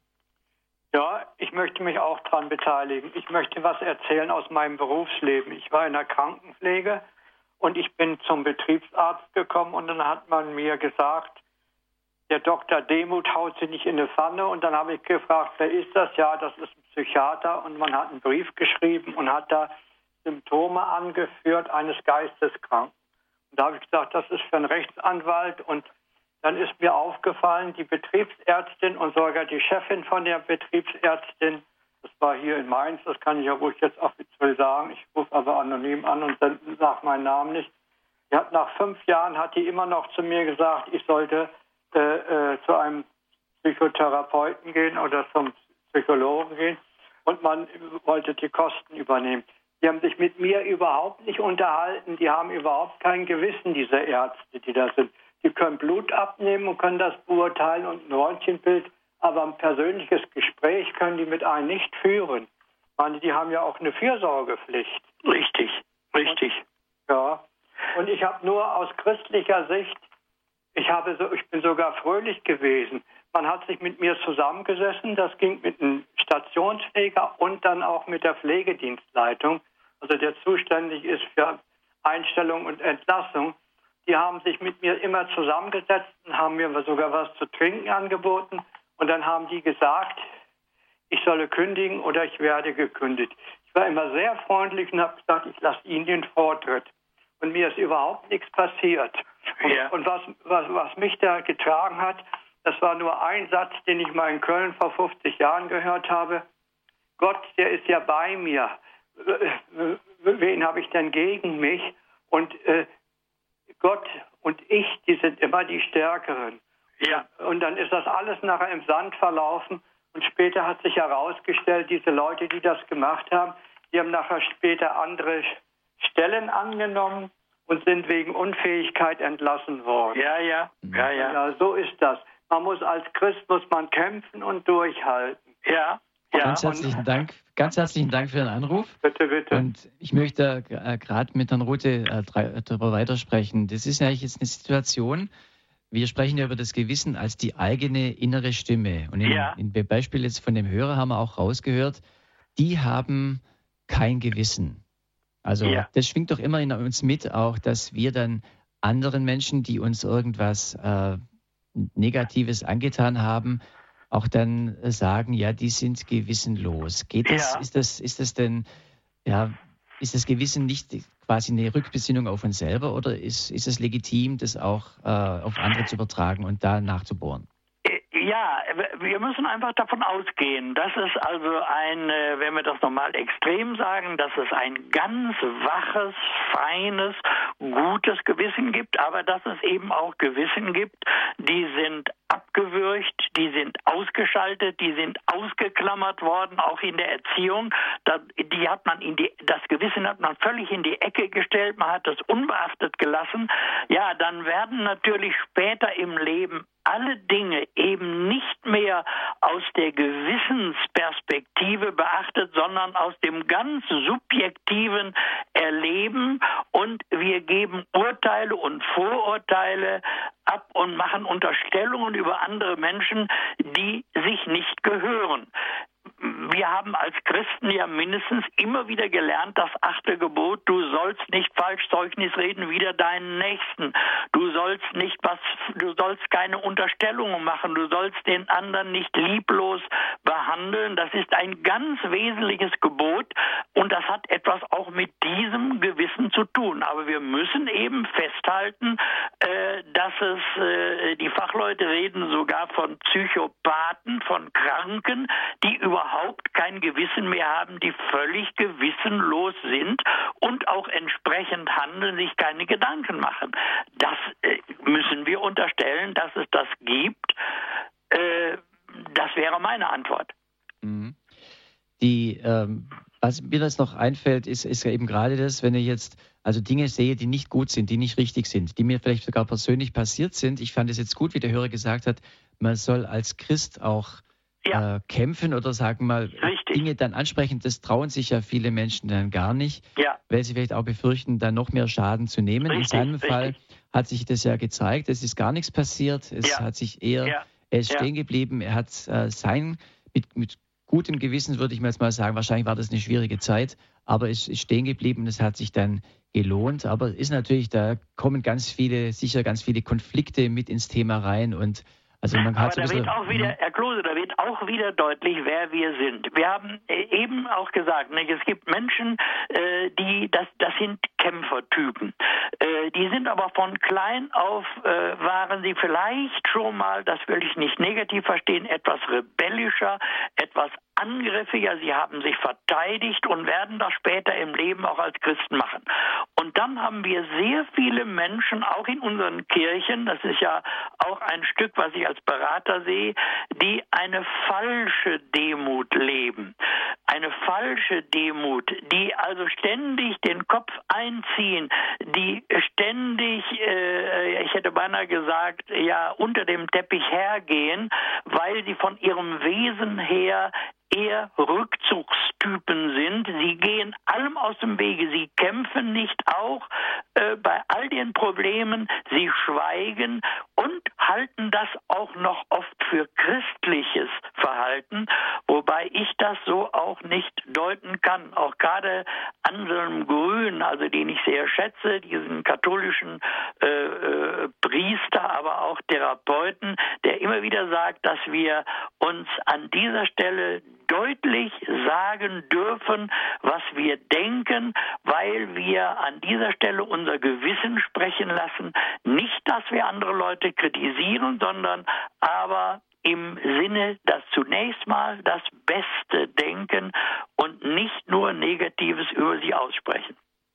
Ja, ich möchte mich auch daran beteiligen. Ich möchte was erzählen aus meinem Berufsleben. Ich war in der Krankenpflege und ich bin zum Betriebsarzt gekommen und dann hat man mir gesagt, der Doktor Demuth haut Sie nicht in eine Pfanne. Und dann habe ich gefragt, wer ist das? Ja, das ist ein Psychiater. Und man hat einen Brief geschrieben und hat da Symptome angeführt eines Geisteskranken. Und da habe ich gesagt, das ist für einen Rechtsanwalt. Und dann ist mir aufgefallen, die Betriebsärztin und sogar die Chefin von der Betriebsärztin, das war hier in Mainz, das kann ich ja ruhig jetzt offiziell sagen, ich rufe aber anonym an und sage meinen Namen nicht. Die hat nach fünf Jahren hat die immer noch zu mir gesagt, ich sollte äh, äh, zu einem Psychotherapeuten gehen oder zum Psychologen gehen und man wollte die Kosten übernehmen. Die haben sich mit mir überhaupt nicht unterhalten, die haben überhaupt kein Gewissen, diese Ärzte, die da sind. Die können Blut abnehmen und können das beurteilen und ein Röntgenbild, aber ein persönliches Gespräch können die mit einem nicht führen. Ich meine, die haben ja auch eine Fürsorgepflicht. Richtig, richtig. Und, ja, und ich habe nur aus christlicher Sicht, ich, habe so, ich bin sogar fröhlich gewesen. Man hat sich mit mir zusammengesessen, das ging mit einem Stationspfleger und dann auch mit der Pflegedienstleitung, also der zuständig ist für Einstellung und Entlassung. Die haben sich mit mir immer zusammengesetzt und haben mir sogar was zu trinken angeboten. Und dann haben die gesagt, ich solle kündigen oder ich werde gekündigt. Ich war immer sehr freundlich und habe gesagt, ich lasse Ihnen den Vortritt. Und mir ist überhaupt nichts passiert. Und, ja. und was, was, was mich da getragen hat, das war nur ein Satz, den ich mal in Köln vor fünfzig Jahren gehört habe. Gott, der ist ja bei mir. Wen habe ich denn gegen mich? Und äh, Gott und ich, die sind immer die Stärkeren. Ja. Und dann ist das alles nachher im Sand verlaufen. Und später hat sich herausgestellt, diese Leute, die das gemacht haben, die haben nachher später andere Stellen angenommen und sind wegen Unfähigkeit entlassen worden. Ja, ja, ja, ja. Ja, so ist das. Man muss als Christ muss man kämpfen und durchhalten. Ja. Ja. Ganz herzlichen Dank. Ganz herzlichen Dank für den Anruf. Bitte, bitte. Und ich möchte äh, gerade mit Herrn Ruthe äh, darüber weitersprechen. Das ist ja eigentlich jetzt eine Situation, wir sprechen ja über das Gewissen als die eigene innere Stimme. Und im, ja. im Beispiel jetzt von dem Hörer haben wir auch rausgehört, die haben kein Gewissen. Also ja. das schwingt doch immer in uns mit, auch dass wir dann anderen Menschen, die uns irgendwas äh, Negatives angetan haben, auch dann sagen, ja, die sind gewissenlos. Geht das, ja. ist das, ist das denn, ja, ist das Gewissen nicht quasi eine Rückbesinnung auf uns selber oder ist, ist es legitim, das auch äh, auf andere zu übertragen und da nachzubohren? Ja, wir müssen einfach davon ausgehen, dass es also ein, wenn wir das nochmal extrem sagen, dass es ein ganz waches, feines, gutes Gewissen gibt, aber dass es eben auch Gewissen gibt, die sind abgewürgt, die sind ausgeschaltet, die sind ausgeklammert worden, auch in der Erziehung. Da, die hat man in die, das Gewissen hat man völlig in die Ecke gestellt, man hat das unbeachtet gelassen. Ja, dann werden natürlich später im Leben alle Dinge eben nicht mehr aus der Gewissensperspektive beachtet, sondern aus dem ganz subjektiven Erleben, und wir geben Urteile und Vorurteile ab und machen Unterstellungen über andere Menschen, die sich nicht gehören. Wir haben als Christen ja mindestens immer wieder gelernt, das achte Gebot: Du sollst nicht falsch Zeugnis reden wider deinen Nächsten. Du sollst nicht was, du sollst keine Unterstellungen machen. Du sollst den anderen nicht lieblos behandeln. Das ist ein ganz wesentliches Gebot, und das hat etwas auch mit diesem Gewissen zu tun. Aber wir müssen eben festhalten, äh, dass es, äh, die Fachleute reden sogar von Psychopathen, von Kranken, die überhaupt kein Gewissen mehr haben, die völlig gewissenlos sind und auch entsprechend handeln, sich keine Gedanken machen. Das äh, müssen wir unterstellen, dass es das gibt. Äh, das wäre meine Antwort. Mhm. Die, ähm, was mir das noch einfällt, ist, ist ja eben gerade das, wenn ich jetzt also Dinge sehe, die nicht gut sind, die nicht richtig sind, die mir vielleicht sogar persönlich passiert sind. Ich fand es jetzt gut, wie der Hörer gesagt hat, man soll als Christ auch ja. äh, kämpfen oder sagen wir mal richtig. Dinge dann ansprechen. Das trauen sich ja viele Menschen dann gar nicht, ja. weil sie vielleicht auch befürchten, dann noch mehr Schaden zu nehmen. Richtig, In seinem richtig. Fall hat sich das ja gezeigt, es ist gar nichts passiert. Es ja. hat sich eher, ja. er ist ja. stehen geblieben, er hat äh, sein, mit, mit gutem Gewissen würde ich mal jetzt mal sagen, wahrscheinlich war das eine schwierige Zeit, aber es ist stehen geblieben, es hat sich dann gelohnt. Aber ist natürlich, da kommen ganz viele, sicher ganz viele Konflikte mit ins Thema rein, und also man hat Aber so da wird auch wieder, Herr Klose, da wird auch wieder deutlich, wer wir sind. Wir haben eben auch gesagt, nicht? Es gibt Menschen, äh, die, das, das sind Kämpfertypen. Äh, die sind aber von klein auf, äh, waren sie vielleicht schon mal, das will ich nicht negativ verstehen, etwas rebellischer, etwas angriffiger. Sie haben sich verteidigt und werden das später im Leben auch als Christen machen. Und dann haben wir sehr viele Menschen, auch in unseren Kirchen, das ist ja auch ein Stück, was ich als Berater sehe, die eine falsche Demut leben. Eine falsche Demut, die also ständig den Kopf einziehen, die ständig, äh, ich hätte beinahe gesagt, ja, unter dem Teppich hergehen, weil sie von ihrem Wesen her eher Rückzugstypen sind. Sie gehen allem aus dem Wege. Sie kämpfen nicht auch äh, bei all den Problemen. Sie schweigen und halten das auch noch oft für christliches Verhalten, wobei ich das so auch nicht deuten kann. Auch gerade Anselm Grün, also den ich sehr schätze, diesen katholischen äh, äh, Priester, aber auch Therapeuten, der immer wieder sagt, dass wir uns an dieser Stelle deutlich sagen dürfen, was wir denken, weil wir an dieser Stelle unser Gewissen sprechen lassen. Nicht, dass wir andere Leute kritisieren, sondern aber im Sinne, dass zunächst mal das Beste denken und nicht nur Negatives über sie aussprechen.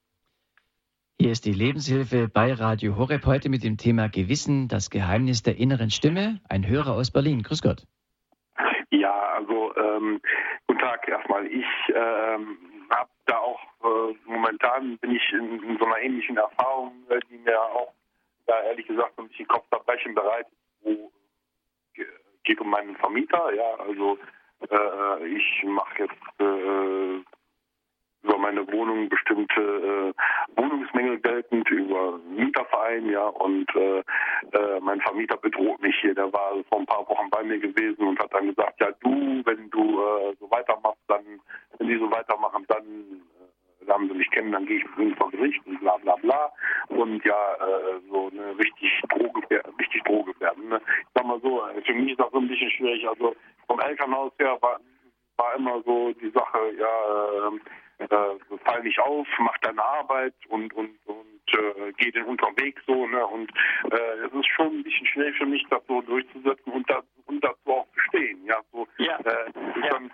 Hier ist die Lebenshilfe bei Radio Horeb heute mit dem Thema Gewissen, das Geheimnis der inneren Stimme. Ein Hörer aus Berlin. Grüß Gott. Ja, also ähm, guten Tag erstmal. Ich ähm, habe da auch äh, momentan bin ich in, in so einer ähnlichen Erfahrung, äh, die mir auch da ehrlich gesagt so ein bisschen Kopfzerbrechen bereitet, wo äh, geht um meinen Vermieter. Ja, also äh, ich mache jetzt äh, über meine Wohnung bestimmte äh, Wohnungsmängel geltend über Mieterverein, ja, und äh, äh, mein Vermieter bedroht mich hier. Der war vor ein paar Wochen bei mir gewesen und hat dann gesagt, ja du, wenn du äh, so weitermachst, dann, wenn die so weitermachen, dann äh, lernen sie mich kennen, dann gehe ich mit ihnen vor Gericht und bla bla bla. Und ja, äh, so eine richtig Droge, richtig Droge werden. Ne? Ich sag mal so, für mich ist das so ein bisschen schwierig. Also vom Elternhaus her war, war immer so die Sache, ja, äh, Äh, fall nicht auf, mach deine Arbeit und und und äh, geh den unteren Weg so, ne? Und äh, es ist schon ein bisschen schwierig für mich, das so durchzusetzen und, das, und dazu auch zu stehen. Ja, so ja. Äh, ja. Dann,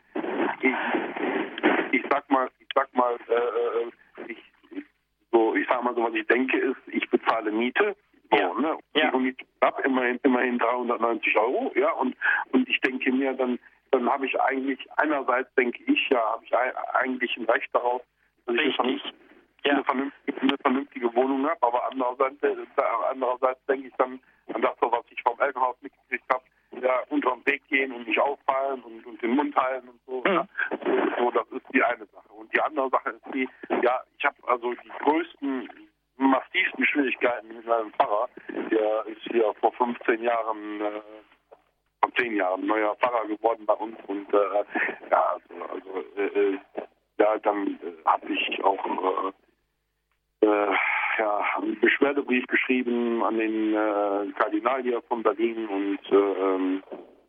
ich, ich sag mal, ich sag mal, äh, ich, ich so, ich sag mal so, was ich denke ist, ich bezahle Miete. So, ja. ne? Ja. Und ich habe immerhin immerhin dreihundertneunzig Euro, ja, und und ich denke mir dann dann habe ich eigentlich, einerseits denke ich, ja, habe ich eigentlich ein Recht darauf, dass ich eine vernünftige, ja. eine, vernünftige, eine vernünftige Wohnung habe, aber andererseits, andererseits denke ich dann an das, was ich vom Elternhaus mitgekriegt habe, ja, unter den Weg gehen stehen und nicht auffallen und, und den Mund halten und so. Ja. So, das ist die eine Sache. Und die andere Sache ist die, ja, ich habe also die größten, massivsten Schwierigkeiten mit meinem Pfarrer. Der ist hier vor fünfzehn Jahren, äh, vor zehn Jahren neuer Pfarrer geworden bei uns und äh, ja, also, also äh, ja, dann äh, habe ich auch äh, äh, ja, einen Beschwerdebrief geschrieben an den äh, Kardinal hier von Berlin und äh, ähm,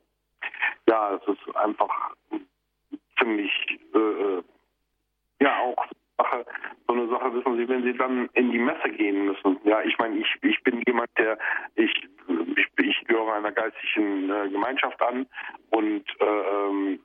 ja, es ist einfach ziemlich äh, ja auch Sache, so eine Sache, wissen Sie, wenn Sie dann in die Messe gehen müssen. Ja, ich meine, ich, ich bin jemand, der, ich, ich, ich gehöre einer geistlichen äh, Gemeinschaft an und äh, ähm,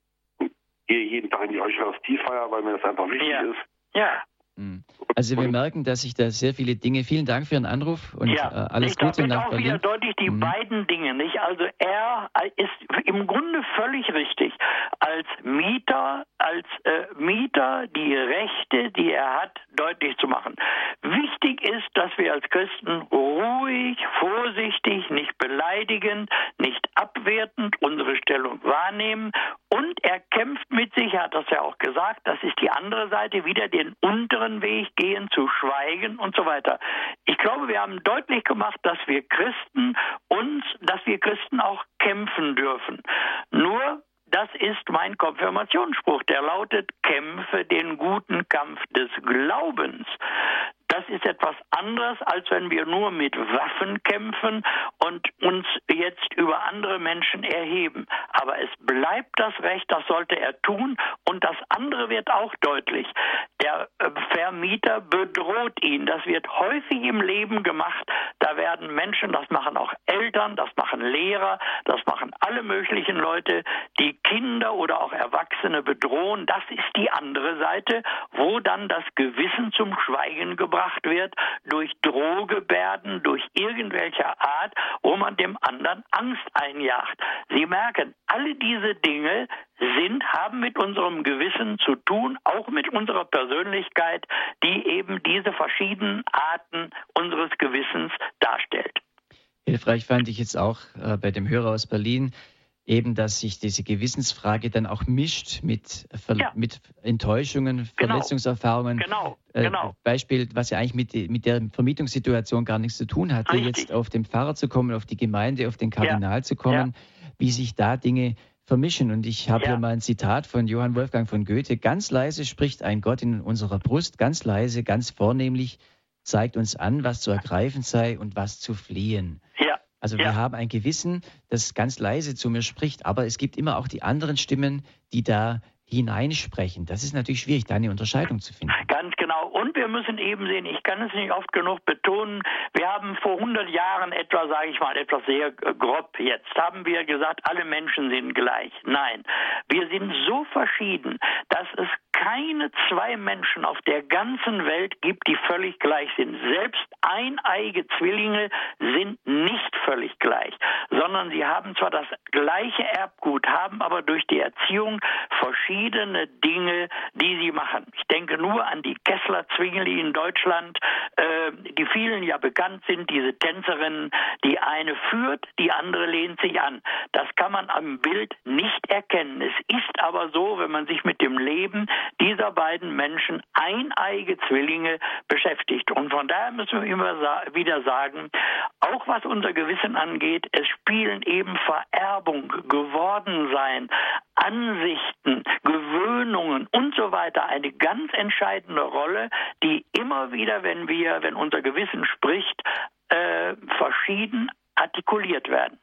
gehe jeden Tag in die Eucharistiefeier, weil mir das einfach wichtig ja. ist. Ja. Also wir merken, dass sich da sehr viele Dinge, vielen Dank für Ihren Anruf und ja, äh, alles ich, Gute da nach auch Berlin. Wieder deutlich die mhm. beiden Dinge, nicht? Also er ist im Grunde völlig richtig. Als Mieter, als äh, Mieter die Rechte, die er hat, deutlich zu machen. Wichtig ist, dass wir als Christen ruhig, vorsichtig, nicht beleidigend, nicht abwertend unsere Stellung wahrnehmen. Und er kämpft mit sich, er hat das ja auch gesagt, das ist die andere Seite, wieder den unteren Weg gehen, zu schweigen und so weiter. Ich glaube, wir haben deutlich gemacht, dass wir Christen uns, dass wir Christen auch kämpfen dürfen. Nur, das ist mein Konfirmationsspruch, der lautet, kämpfe den guten Kampf des Glaubens. Das ist etwas anderes, als wenn wir nur mit Waffen kämpfen und uns jetzt über andere Menschen erheben. Aber es bleibt das Recht, das sollte er tun. Und das andere wird auch deutlich. Der Vermieter bedroht ihn. Das wird häufig im Leben gemacht. Da werden Menschen, das machen auch Eltern, das machen Lehrer, das machen alle möglichen Leute, die Kinder oder auch Erwachsene bedrohen. Das ist die andere Seite, wo dann das Gewissen zum Schweigen gebracht wird, durch Drohgebärden, durch irgendwelche Art, wo man dem anderen Angst einjagt. Sie merken, alle diese Dinge sind, haben mit unserem Gewissen zu tun, auch mit unserer Persönlichkeit, die eben diese verschiedenen Arten unseres Gewissens darstellt. Hilfreich fand ich jetzt auch äh, bei dem Hörer aus Berlin, eben, dass sich diese Gewissensfrage dann auch mischt mit, Ver- ja. mit Enttäuschungen, genau. Verletzungserfahrungen. Genau, äh, genau. Beispiel, was ja eigentlich mit, mit der Vermietungssituation gar nichts zu tun hatte, Richtig. jetzt auf den Pfarrer zu kommen, auf die Gemeinde, auf den Kardinal ja. zu kommen, ja. wie sich da Dinge vermischen. Und ich habe ja. hier mal ein Zitat von Johann Wolfgang von Goethe. Ganz leise spricht ein Gott in unserer Brust, ganz leise, ganz vornehmlich, zeigt uns an, was zu ergreifen sei und was zu fliehen. Ja. Also ja. wir haben ein Gewissen, das ganz leise zu mir spricht, aber es gibt immer auch die anderen Stimmen, die da hineinsprechen. Das ist natürlich schwierig, da eine Unterscheidung zu finden. Ganz genau. Und wir müssen eben sehen, ich kann es nicht oft genug betonen, wir haben vor hundert Jahren etwa, sage ich mal, etwas sehr grob jetzt, haben wir gesagt, alle Menschen sind gleich. Nein, wir sind so verschieden, dass es keine zwei Menschen auf der ganzen Welt gibt, die völlig gleich sind. Selbst eineige Zwillinge sind nicht völlig gleich, sondern sie haben zwar das gleiche Erbgut, haben aber durch die Erziehung verschiedene Dinge, die sie machen. Ich denke nur an die Kessler-Zwillinge in Deutschland, äh, die vielen ja bekannt sind, diese Tänzerinnen, die eine führt, die andere lehnt sich an. Das kann man am Bild nicht erkennen. Es ist aber so, wenn man sich mit dem Leben dieser beiden Menschen eineige Zwillinge beschäftigt. Und von daher müssen wir immer sa- wieder sagen, auch was unser Gewissen angeht, es spielen eben Vererbung, Gewordensein, Ansichten, Gewöhnungen und so weiter eine ganz entscheidende Rolle, die immer wieder, wenn wir, wenn unser Gewissen spricht, äh, verschieden artikuliert werden.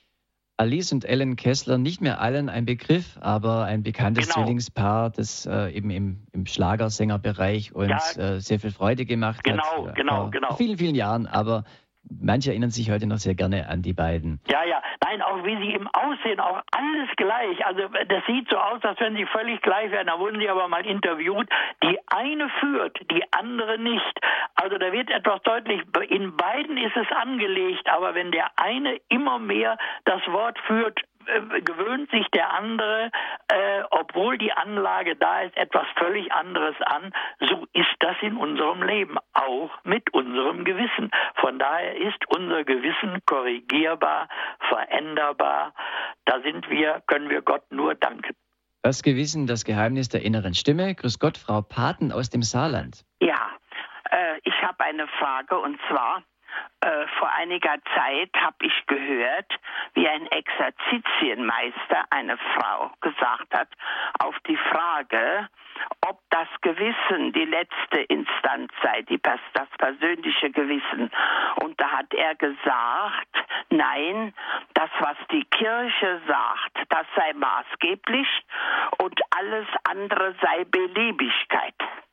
Alice und Ellen Kessler, nicht mehr allen ein Begriff, aber ein bekanntes Genau. Zwillingspaar, das äh, eben im, im Schlagersängerbereich uns Ja. äh, sehr viel Freude gemacht Genau, hat. genau, vor genau. vielen, vielen Jahren, aber manche erinnern sich heute noch sehr gerne an die beiden. Ja, ja. Nein, auch wie sie im Aussehen, auch alles gleich. Also das sieht so aus, als wenn sie völlig gleich wären. Da wurden sie aber mal interviewt. Die eine führt, die andere nicht. Also da wird etwas deutlich, in beiden ist es angelegt, aber wenn der eine immer mehr das Wort führt, äh, gewöhnt sich der andere, äh, obwohl die Anlage da ist, etwas völlig anderes an. So ist das in unserem Leben, auch mit unserem Gewissen. Von daher ist unser Gewissen korrigierbar, veränderbar. da sind wir, können wir Gott nur danken. Das Gewissen, das Geheimnis der inneren Stimme. Grüß Gott, Frau Paten aus dem Saarland. Ja, äh, ich habe eine Frage, und zwar, äh, vor einiger Zeit habe ich gehört, wie ein Exerzitienmeister eine Frau gesagt hat, auf die Frage, ob das Gewissen die letzte Instanz sei, die, das persönliche Gewissen. Und da hat er gesagt, nein, das, was die Kirche sagt, das sei maßgeblich und alles andere sei Beliebigkeit.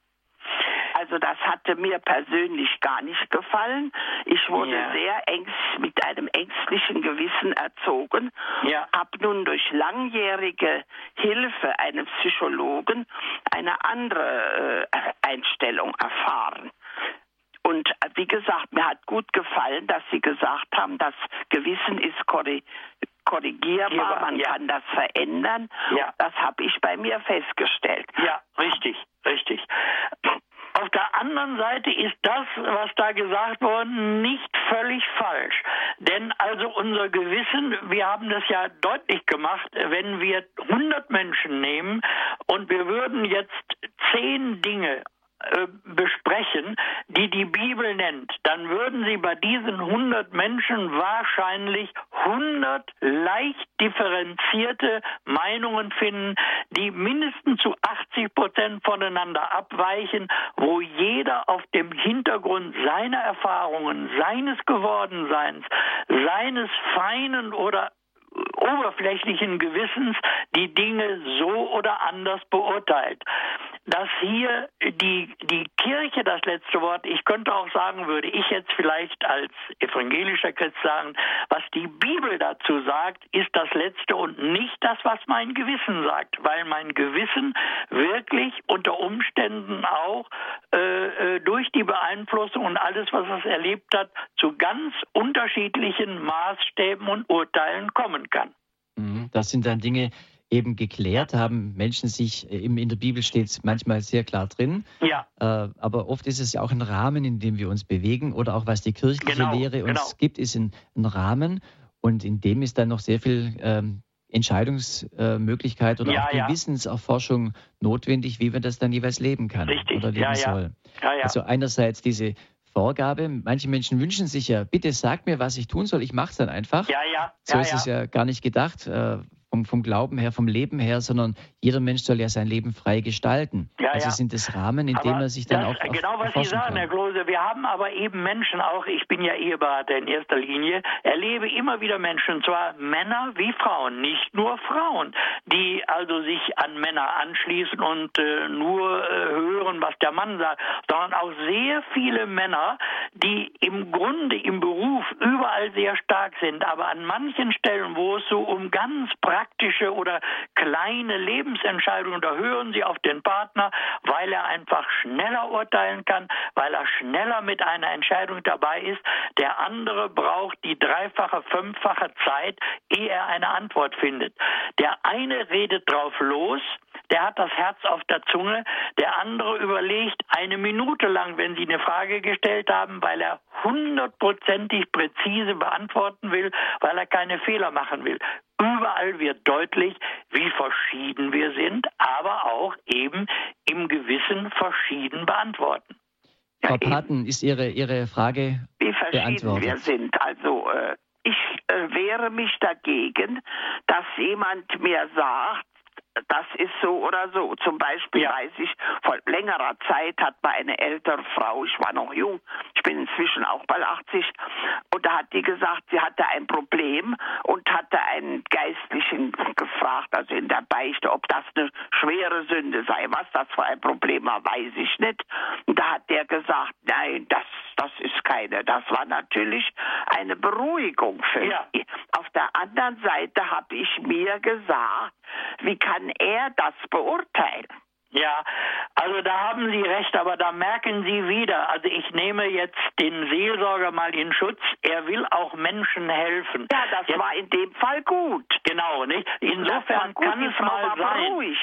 Also das hatte mir persönlich gar nicht gefallen. Ich wurde ja. sehr ängst, mit einem ängstlichen Gewissen erzogen, ja. habe nun durch langjährige Hilfe eines Psychologen eine andere äh, Einstellung erfahren. Und äh, wie gesagt, mir hat gut gefallen, dass Sie gesagt haben, das Gewissen ist korri- korrigierbar, ja, man ja. kann das verändern. Ja. Das habe ich bei mir festgestellt. Ja, richtig, richtig. Auf der anderen Seite ist das, was da gesagt worden, nicht völlig falsch. Denn also unser Gewissen, wir haben das ja deutlich gemacht, wenn wir hundert Menschen nehmen und wir würden jetzt zehn Dinge äh, besprechen, die die Bibel nennt, dann würden Sie bei diesen hundert Menschen wahrscheinlich hundert leicht differenzierte Meinungen finden, die mindestens zu achtzig Prozent voneinander abweichen, wo jeder auf dem Hintergrund seiner Erfahrungen, seines Gewordenseins, seines feinen oder oberflächlichen Gewissens die Dinge so oder anders beurteilt. Dass hier die, die Kirche das letzte Wort, ich könnte auch sagen, würde ich jetzt vielleicht als evangelischer Christ sagen, was die Bibel dazu sagt, ist das letzte und nicht das, was mein Gewissen sagt, weil mein Gewissen wirklich unter Umständen auch äh, durch die Beeinflussung und alles, was es erlebt hat, zu ganz unterschiedlichen Maßstäben und Urteilen kommen kann. Das sind dann Dinge, eben geklärt haben Menschen sich, in der Bibel steht es manchmal sehr klar drin, ja. äh, aber oft ist es ja auch ein Rahmen, in dem wir uns bewegen, oder auch was die kirchliche genau, Lehre uns genau. gibt, ist ein, ein Rahmen, und in dem ist dann noch sehr viel ähm, Entscheidungsmöglichkeit oder ja, auch ja. Gewissenserforschung notwendig, wie man das dann jeweils leben kann Richtig. oder leben ja, ja. soll. Ja, ja. Also einerseits diese Vorgabe, manche Menschen wünschen sich ja, bitte sag mir, was ich tun soll, ich mache es dann einfach. Ja, ja. So ja, ist ja. es ja gar nicht gedacht, äh, vom, vom Glauben her, vom Leben her, sondern jeder Mensch soll ja sein Leben frei gestalten. Ja, also ja. sind es Rahmen, in denen Aber er sich dann das, auch auf, genau, was Sie sagen, kann. Herr Klose, wir haben aber eben Menschen auch, ich bin ja Eheberater in erster Linie, erlebe immer wieder Menschen, zwar Männer wie Frauen, nicht nur Frauen, die also sich an Männer anschließen und äh, nur äh, hören, was der Mann sagt, sondern auch sehr viele Männer, die im Grunde im Beruf überall sehr stark sind, aber an manchen Stellen, wo es so um ganz praktische oder kleine Lebensentscheidungen, da hören sie auf den Partner, weil er einfach schneller urteilen kann, weil er schneller mit einer Entscheidung dabei ist. Der andere braucht die dreifache, fünffache Zeit, ehe er eine Antwort findet. Der eine redet drauf los, der hat das Herz auf der Zunge, der andere überlegt eine Minute lang, wenn Sie eine Frage gestellt haben, weil er hundertprozentig präzise beantworten will, weil er keine Fehler machen will. Überall wird deutlich, wie verschieden wir sind, aber auch eben im Gewissen verschieden beantworten. Frau Ja, Paten, ist Ihre, Ihre Frage wie verschieden beantwortet? wir sind. Also äh, ich äh, wehre mich dagegen, dass jemand mir sagt, das ist so oder so. Zum Beispiel Ja. weiß ich, vor längerer Zeit hat mal eine ältere Frau, ich war noch jung, ich bin inzwischen auch bald achtzig, und da hat die gesagt, sie hatte ein Problem und hatte einen Geistlichen gefragt, also in der Beichte, ob das eine schwere Sünde sei. Was das für ein Problem war, weiß ich nicht. Und da hat der gesagt, nein, das, das ist keine. Das war natürlich eine Beruhigung für Ja. mich. Auf der anderen Seite habe ich mir gesagt, wie kann er das beurteilen? Ja, also da haben Sie recht, aber da merken Sie wieder, also ich nehme jetzt den Seelsorger mal in Schutz, er will auch Menschen helfen. Ja, das jetzt, war in dem Fall gut. Genau, nicht? Insofern gut, kann die es Frau mal war sein. beruhigt.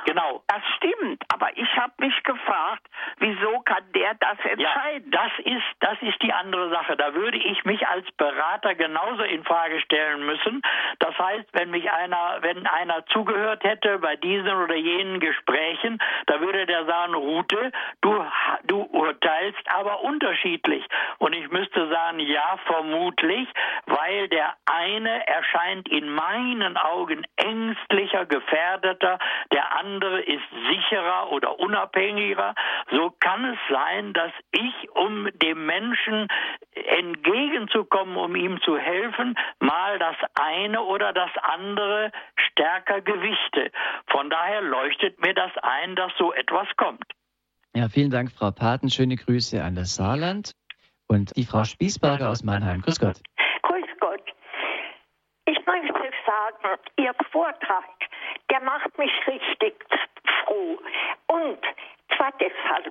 genau. Das stimmt, aber ich habe mich gefragt, wieso kann der das entscheiden? Ja, das ist, das ist die andere Sache. Da würde ich mich als Berater genauso in Frage stellen müssen. Das heißt, wenn mich einer, wenn einer zugehört hätte bei diesen oder jenen Gesprächen, da würde der sagen, Rute, du, du urteilst aber unterschiedlich. Und ich müsste sagen, ja, vermutlich, weil der eine erscheint in meinen Augen ängstlicher, gefährdeter, der andere ist sicherer oder unabhängiger. So kann es sein, dass ich, um dem Menschen entgegenzukommen, um ihm zu helfen, mal das eine oder das andere stärker gewichte. Von daher leuchtet mir das ein, dass so etwas kommt. Ja, vielen Dank, Frau Paten. Schöne Grüße an das Saarland. Und die Frau Spießberger aus Mannheim. Grüß Gott. Grüß Gott. Ich möchte sagen, Ihr Vortrag, der macht mich richtig froh. Und zwar deshalb.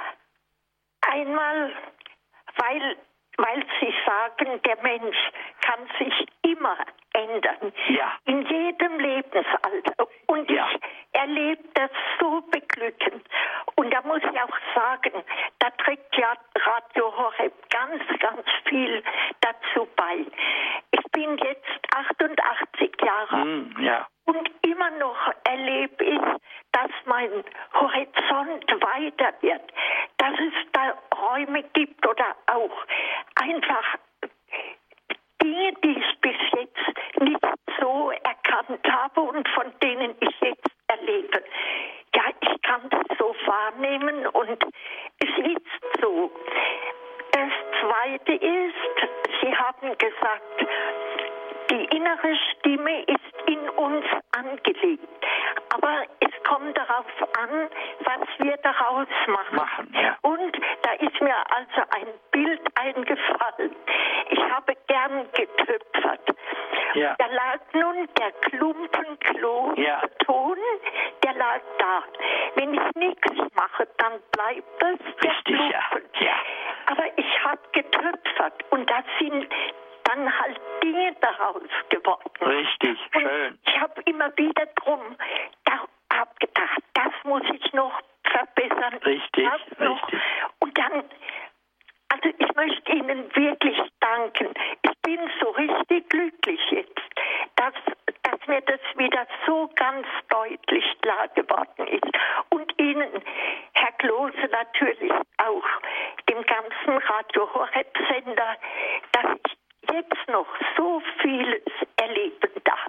Einmal, weil, weil Sie sagen, der Mensch kann sich immer ändern. Ja. In jedem Lebensalter. Und Ja. ich erlebe das so beglückend. Und da muss ich auch sagen, da trägt ja Radio Horeb ganz, ganz viel dazu bei. Ich bin jetzt achtundachtzig Jahre alt. Hm, ja. Und immer noch erlebe ich, dass mein Horizont weiter wird, dass es da Räume gibt oder auch einfach Dinge, die ich bis jetzt nicht so erkannt habe und von denen ich jetzt erlebe. Ja, ich kann das so wahrnehmen und es ist so. Das Zweite ist, Sie haben gesagt, die innere Stimme ist in uns angelegt. Aber es kommt darauf an, was wir daraus machen. Machen, ja. Und da ist mir also ein Bild eingefallen. Ich habe gern getöpfert. Ja. Da lag nun der Klumpen Klo Ja. Ton, der lag da. Wenn ich nichts mache, dann bleibt es der Richtig, ja. Klumpen. Ja. Aber ich habe getöpfert und da sind dann halt Dinge daraus geworden. Richtig, Und schön. ich habe immer wieder drum da, hab gedacht, das muss ich noch verbessern. Richtig, das noch. richtig. Und dann, also ich möchte Ihnen wirklich danken. Ich bin so richtig glücklich jetzt, dass, dass mir das wieder so ganz deutlich klar geworden ist. Und Ihnen, Herr Klose, natürlich auch, dem ganzen Radio Horeb-Sender, dass ich jetzt noch so vieles erleben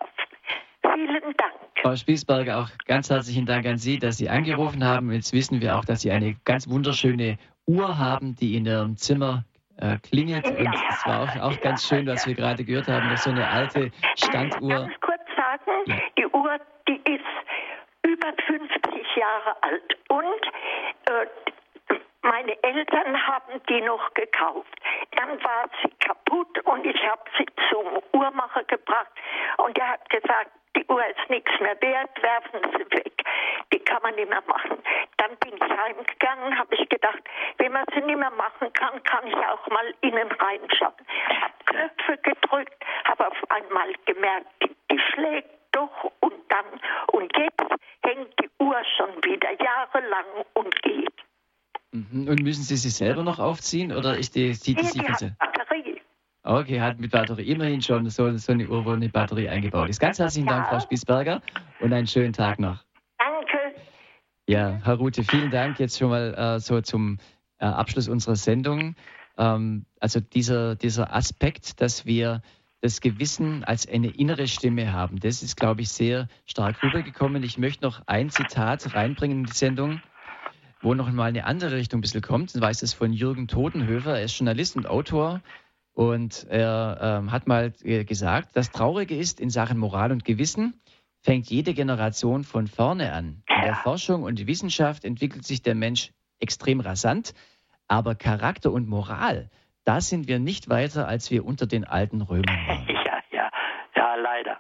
darf. Vielen Dank. Frau Spießberger, auch ganz herzlichen Dank an Sie, dass Sie angerufen haben. Jetzt wissen wir auch, dass Sie eine ganz wunderschöne Uhr haben, die in Ihrem Zimmer äh, klingelt. Und es war auch, auch ganz schön, was wir gerade gehört haben, dass so eine alte Standuhr. Ganz kurz sagen, Ja. die Uhr, die ist über fünfzig Jahre alt. Und äh, meine Eltern haben die noch gekauft. Dann war sie kaputt und ich habe sie zum Uhrmacher gebracht. Und er hat gesagt, die Uhr ist nichts mehr wert, werfen Sie weg. Die kann man nicht mehr machen. Dann bin ich heimgegangen, habe ich gedacht, wenn man sie nicht mehr machen kann, kann ich auch mal innen reinschauen. Habe Knöpfe gedrückt, habe auf einmal gemerkt, die, die schlägt doch und dann. Und jetzt hängt die Uhr schon wieder jahrelang und geht. Mhm. Und müssen Sie sie selber noch aufziehen oder ist die, sieht die Nee, sich die jetzt? hat Batterie. Okay, hat mit Batterie immerhin schon so, so eine Uhr, wo eine Batterie eingebaut ist. Ganz herzlichen Dank, Ja. Frau Spießberger, und einen schönen Tag noch. Danke. Ja, Herr Rute, vielen Dank jetzt schon mal äh, so zum äh, Abschluss unserer Sendung. Ähm, also dieser, dieser Aspekt, dass wir das Gewissen als eine innere Stimme haben, das ist, glaube ich, sehr stark rübergekommen. Ich möchte noch ein Zitat reinbringen in die Sendung, wo noch mal eine andere Richtung ein bisschen kommt. Ich weiß es von Jürgen Todenhöfer, er ist Journalist und Autor. Und er ähm, hat mal äh, gesagt, das Traurige ist, in Sachen Moral und Gewissen fängt jede Generation von vorne an. In der Forschung und Wissenschaft entwickelt sich der Mensch extrem rasant, aber Charakter und Moral, da sind wir nicht weiter, als wir unter den alten Römern waren. Ja, ja, ja, leider.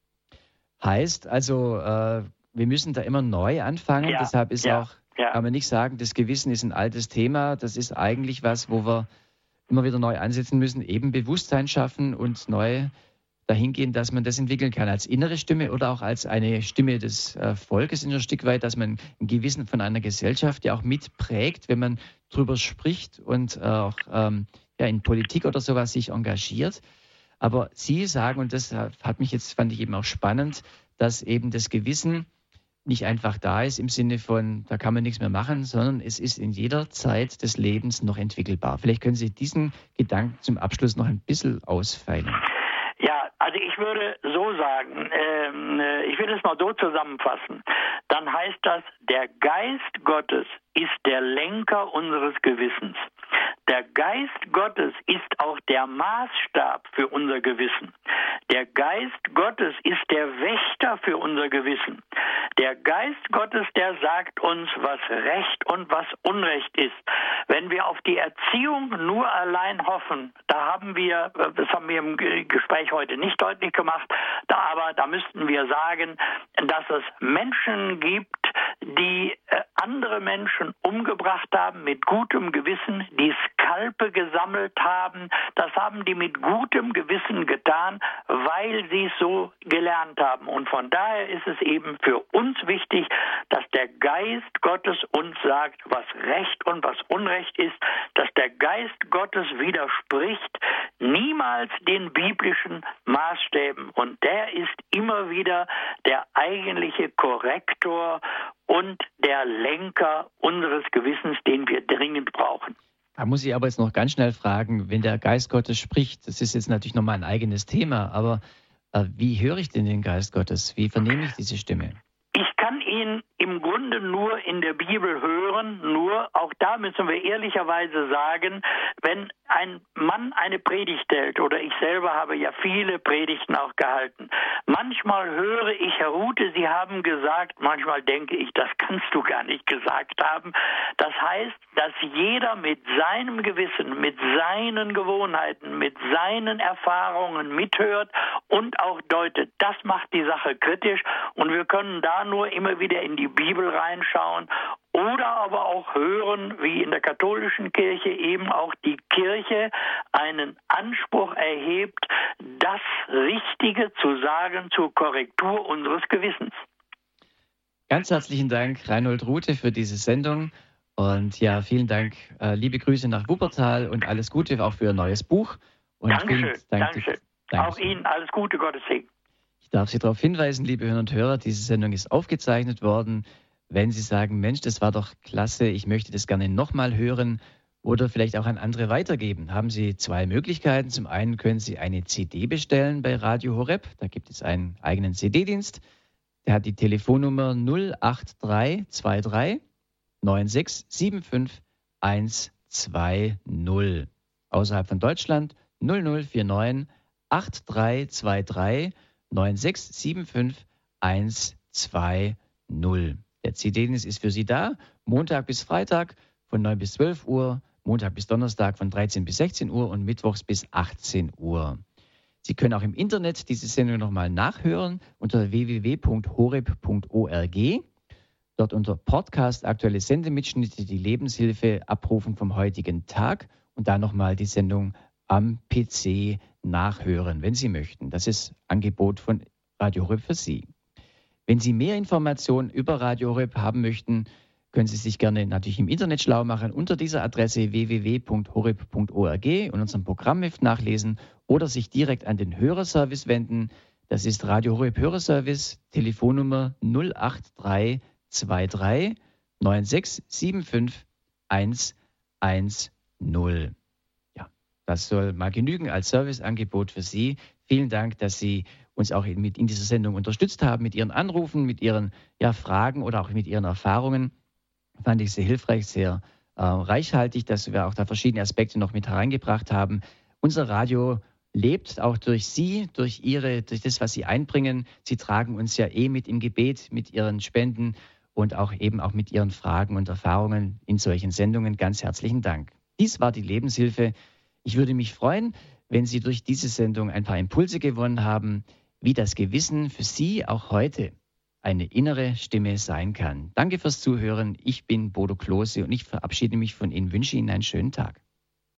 Heißt also, äh, wir müssen da immer neu anfangen, Ja, deshalb ist ja, auch, ja. kann man nicht sagen, das Gewissen ist ein altes Thema, das ist eigentlich was, wo wir immer wieder neu ansetzen müssen, eben Bewusstsein schaffen und neu dahin gehen, dass man das entwickeln kann als innere Stimme oder auch als eine Stimme des äh, Volkes in ein Stück weit, dass man ein Gewissen von einer Gesellschaft ja auch mitprägt, wenn man drüber spricht und äh, auch ähm, ja, in Politik oder sowas sich engagiert. Aber Sie sagen, und das hat mich jetzt, fand ich eben auch spannend, dass eben das Gewissen nicht einfach da ist im Sinne von, da kann man nichts mehr machen, sondern es ist in jeder Zeit des Lebens noch entwickelbar. Vielleicht können Sie diesen Gedanken zum Abschluss noch ein bisschen ausfeilen. Ja, also ich würde so sagen, äh, ich will es mal so zusammenfassen. Dann heißt das, der Geist Gottes ist der Lenker unseres Gewissens. Der Geist Gottes ist auch der Maßstab für unser Gewissen. Der Geist Gottes ist der Wächter für unser Gewissen. Der Geist Gottes, der sagt uns, was Recht und was Unrecht ist. Wenn wir auf die Erziehung nur allein hoffen, da haben wir, das haben wir im Gespräch heute nicht deutlich gemacht, da aber da müssten wir sagen, dass es Menschen gibt, die äh, andere Menschen umgebracht haben mit gutem Gewissen, die Skalpe gesammelt haben. Das haben die mit gutem Gewissen getan, weil sie es so gelernt haben. Und von daher ist es eben für uns wichtig, dass der Geist Gottes uns sagt, was Recht und was Unrecht ist, dass der Geist Gottes widerspricht niemals den biblischen Maßstäben. Und der ist immer wieder der eigentliche Korrektor und der Lenker unseres Gewissens, den wir dringend brauchen. Da muss ich aber jetzt noch ganz schnell fragen, wenn der Geist Gottes spricht, das ist jetzt natürlich nochmal ein eigenes Thema, aber äh, wie höre ich denn den Geist Gottes? Wie vernehme ich diese Stimme? Ich kann ihn im Grunde nur in der Bibel hören, nur auch da müssen wir ehrlicherweise sagen, wenn ein Mann eine Predigt hält, oder ich selber habe ja viele Predigten auch gehalten, manchmal höre ich, Herr Rute, Sie haben gesagt, manchmal denke ich, das kannst du gar nicht gesagt haben. Das heißt, dass jeder mit seinem Gewissen, mit seinen Gewohnheiten, mit seinen Erfahrungen mithört und auch deutet. Das macht die Sache kritisch und wir können da nur immer wieder in die Bibel reinschauen oder aber auch hören, wie in der katholischen Kirche eben auch die Kirche einen Anspruch erhebt, das Richtige zu sagen zur Korrektur unseres Gewissens. Ganz herzlichen Dank, Reinhold Rute, für diese Sendung. Und ja, vielen Dank, äh, liebe Grüße nach Wuppertal und alles Gute auch für Ihr neues Buch. Und Dankeschön, Dank, Dankeschön. Dank, auch Ihnen alles Gute, Gottes Segen. Ich darf Sie darauf hinweisen, liebe Hörer und Hörer, diese Sendung ist aufgezeichnet worden. Wenn Sie sagen, Mensch, das war doch klasse, ich möchte das gerne nochmal hören oder vielleicht auch an andere weitergeben, haben Sie zwei Möglichkeiten. Zum einen können Sie eine C D bestellen bei Radio Horeb. Da gibt es einen eigenen C D-Dienst. Der hat die Telefonnummer null acht drei zwei drei neun sechs sieben fünf eins zwei null. Außerhalb von Deutschland null null vier neun acht drei zwei drei neun sechs sieben fünf eins zwei null. Der C D-Dienst ist für Sie da, Montag bis Freitag von neun bis zwölf Uhr, Montag bis Donnerstag von dreizehn bis sechzehn Uhr und mittwochs bis achtzehn Uhr. Sie können auch im Internet diese Sendung nochmal nachhören unter w w w punkt horeb punkt org. Dort unter Podcast aktuelle Sendemitschnitte die Lebenshilfe abrufen vom heutigen Tag und da nochmal die Sendung am P C nachhören, wenn Sie möchten. Das ist Angebot von Radio Horeb für Sie. Wenn Sie mehr Informationen über Radio Horeb haben möchten, können Sie sich gerne natürlich im Internet schlau machen unter dieser Adresse w w w punkt horeb punkt org und unserem Programmheft nachlesen oder sich direkt an den Hörerservice wenden. Das ist Radio Horeb Hörerservice, Telefonnummer null acht drei zwei drei neun sechs sieben fünf eins eins null. Ja, das soll mal genügen als Serviceangebot für Sie. Vielen Dank, dass Sie uns auch in, in dieser Sendung unterstützt haben mit Ihren Anrufen, mit Ihren ja, Fragen oder auch mit Ihren Erfahrungen. Fand ich sehr hilfreich, sehr äh, reichhaltig, dass wir auch da verschiedene Aspekte noch mit hereingebracht haben. Unser Radio lebt auch durch Sie, durch Ihre, durch das, was Sie einbringen. Sie tragen uns ja eh mit im Gebet, mit Ihren Spenden und auch eben auch mit Ihren Fragen und Erfahrungen in solchen Sendungen. Ganz herzlichen Dank. Dies war die Lebenshilfe. Ich würde mich freuen, wenn Sie durch diese Sendung ein paar Impulse gewonnen haben, wie das Gewissen für Sie auch heute eine innere Stimme sein kann. Danke fürs Zuhören. Ich bin Bodo Klose und ich verabschiede mich von Ihnen, wünsche Ihnen einen schönen Tag.